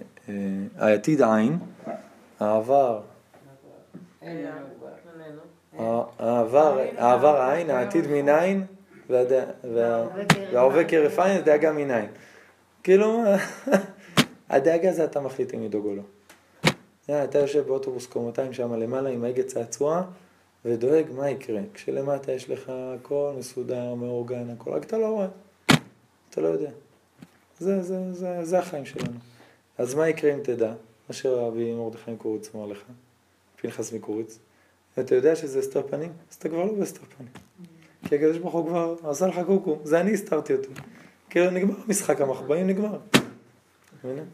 העתיד עין, העבר העבר העין, העתיד מניין, וההווה כהרף עין, הדאגה מניין. כאילו, הדאגה זה אתה מחליט אם לדאוג או לא. אתה יושב באוטובוס קומותיים שם למעלה עם ההגה צעצוע, ודואג מה יקרה. כשלמטה יש לך הכל מסודר, מאורגן, הכל, רק אתה לא רואה. אתה לא יודע. זה החיים שלנו. אז מה יקרה אם תדע? מה שרבי מרדכי מקוריץ אמר לך, פנחס מקוריץ, ואתה יודע שזה הסתר פנים, אז אתה כבר לא בהסתר פנים. כי הקדוש ברוך הוא כבר עשה לך קוקו, זה אני הסתרתי אותו. כאילו נגמר המשחק המחבאים, נגמר. מבינים?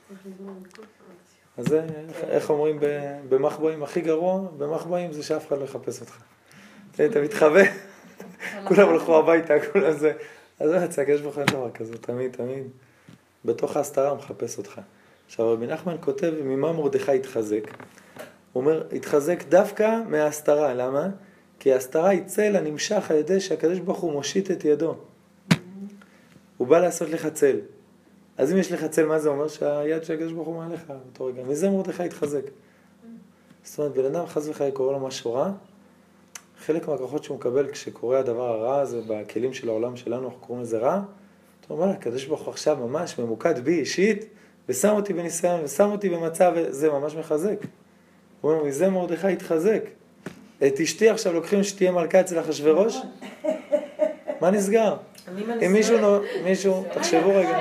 אז זה, איך אומרים במחבאים הכי גרוע, במחבאים זה שאף אחד לא יחפש אותך. אתה מתחבא, כולם הולכו הביתה, כולם זה. אז זה יצא, הקדוש ברוך הוא אין דבר כזה, תמיד, תמיד. בתוך ההסתרה הוא מחפש אותך. עכשיו רבי נחמן כותב, ממה מרדכי התחזק? הוא אומר, התחזק דווקא מההסתרה, למה? כי ההסתרה היא צל הנמשך על ידי שהקדוש ברוך הוא מושיט את ידו. הוא בא לעשות לך צל. אז אם יש לך צל, מה זה אומר? שהיד של הקדוש ברוך הוא מעליך באותו רגע. מזה מרדכי התחזק. זאת אומרת, בן אדם חס וחלילה קורא לו משהו רע, חלק מהכוחות שהוא מקבל כשקורה הדבר הרע הזה בכלים של העולם שלנו, אנחנו קוראים לזה רע, אתה אומר, הקדוש ברוך הוא עכשיו ממש ממוקד בי אישית, ושם אותי בניסיון, ושם אותי במצב, וזה ממש מחזק. הוא אומר, מזה מרדכי התחזק. את אשתי עכשיו לוקחים שתהיה מלכה אצל אחשוורוש? מה נסגר? אם מישהו, תחשבו רגע.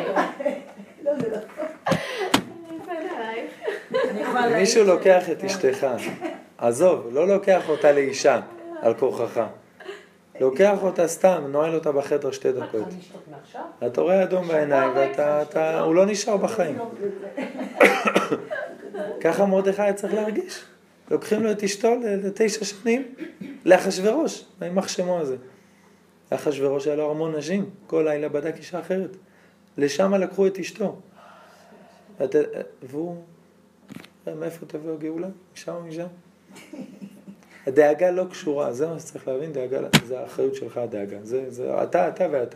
אם מישהו לוקח את אשתך, עזוב, לא לוקח אותה לאישה על כורחך. לוקח אותה סתם, נועל אותה בחדר 2 דקות. אתה רואה אדום בעיניים, והוא לא נשאר בחיים. ככה מרדכי היה צריך להרגיש. לוקחים לו את אשתו ל9 שנים לאחשוורוש, הימח שמו הזה. אחשוורוש היה לו המון נשים, כל לילה בדק אישה אחרת. לשם לקחו את אשתו. והוא, מאיפה תבוא הגאולה? משם או משם? הדאגה לא קשורה, זה מה שצריך להבין, דאגה, זה האחריות שלך הדאגה. זה אתה ואתה.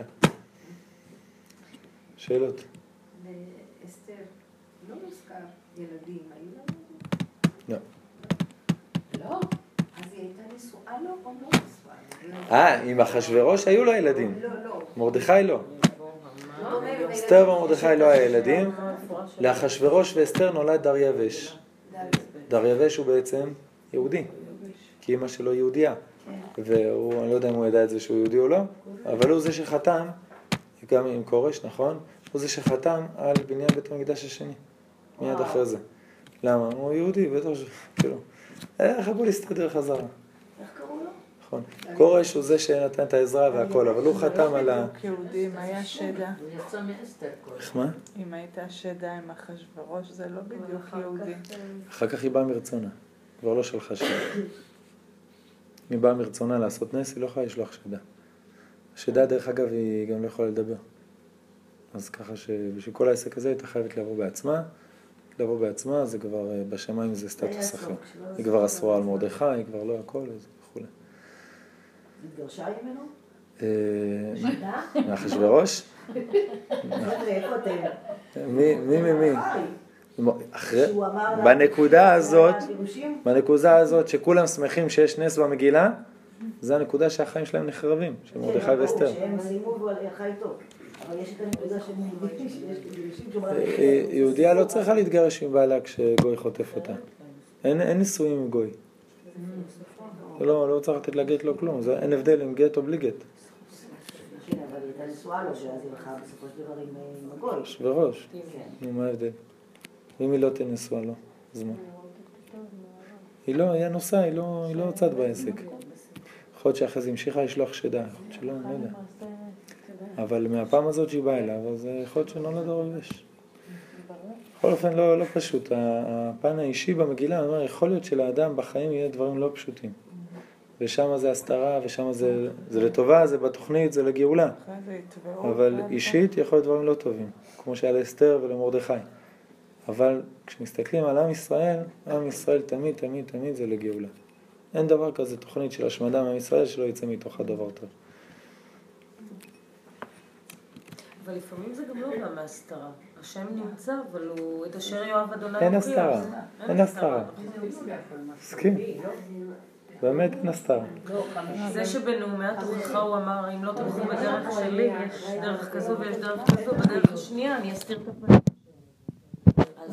שאלות? אסתר, לא מוזכר ילדים, היו לנו? לא. לא? אז היא הייתה נשואה לו או לא נשואה? עם אחשוורוש היו לו ילדים. לא. מרדכי לא. אסתר ומרדכי לא היה ילדים. לאחשוורוש ואסתר נולד דריווש. דריווש הוא בעצם יהודי. כי אמא שלו יהודייה. והוא, אני לא יודע אם הוא ידע את זה שהוא יהודי או לא, אבל הוא זה שחתם, גם עם קורש, נכון? הוא זה שחתם על בניין בית המקדש השני. מיד אחרי זה. למה? הוא יהודי, בטח כאילו. איך בוא להסתדר חזרה? איך קראו לו? נכון. קורש הוא זה שנתן את העזרה והכל, אבל הוא חתם על ה... יהודי, אם היה שדה. איך מה? אם הייתה שדה עם אחשוורוש, זה לא בדיוק יהודי. אחר כך היא באה מרצונה. כבר לא שלחה שדה. היא באה מרצונה לעשות נס, היא לא יכולה לשלוח שדה. השדה, דרך אגב, היא גם לא יכולה לדבר. אז ככה שבשביל כל העסק הזה הייתה חייבת לבוא בעצמה, זה כבר בשמיים זה סטטוס אחר. היא כבר אסורה על מרדכי, היא כבר לא הכל, וכו'. התגרשה ממנו? מאחשוורוש? חבר'ה, איפה אתם? מי? בנקודה הזאת שכולם שמחים שיש נס במגילה, זה הנקודה שהחיים שלהם נחרבים, של מרדכי ואסתר. שהם סיימו והוא חי טוב. אבל יש את הנקודה שהם מבינים שיש גירושים שאומרים... יהודיה לא צריכה להתגרש עם בעלה כשגוי חוטף אותה. אין נישואים עם גוי. לא צריך לתת לה גט, לא כלום. אין הבדל עם גט או בלי גט. כן, אבל היא הייתה נשואה לו, ואז היא הלכה בסופו של דבר עם הגוי. אחשוורוש. נו, מה ההבדל? אם היא לא תנשואה לו, אז מה? היא הנושא, היא לא צד בעסק. יכול להיות שאחרי זה המשיכה לשלוח שדה, יכול להיות שלא, אני לא יודע. אבל מהפעם הזאת שהיא באה אליו, אז יכול להיות שנולד הרבש. בכל אופן לא פשוט. הפן האישי במגילה, אני אומר, יכול להיות שלאדם בחיים יהיה דברים לא פשוטים. ושם זה הסתרה, ושם זה לטובה, זה בתוכנית, זה לגאולה. אבל אישית יכול להיות דברים לא טובים, כמו שהיה לאסתר ולמרדכי. אבל כשמסתכלים על עם ישראל תמיד זה לגאולה. אין דבר כזה תוכנית של השמדה מעם ישראל שלא יצא מתוך הדבר טוב. אבל לפעמים זה גם לא בא מהסתרה. השם נמצא, אבל הוא את אשר יואב אדוני... אין הסתרה. מסכים. באמת אין הסתרה. זה שבנאומי התוכחה הוא אמר, אם לא תלכו בדרך שלי, יש דרך כזו ויש דרך כזו, בדרך השנייה אני אסתיר את הפנים.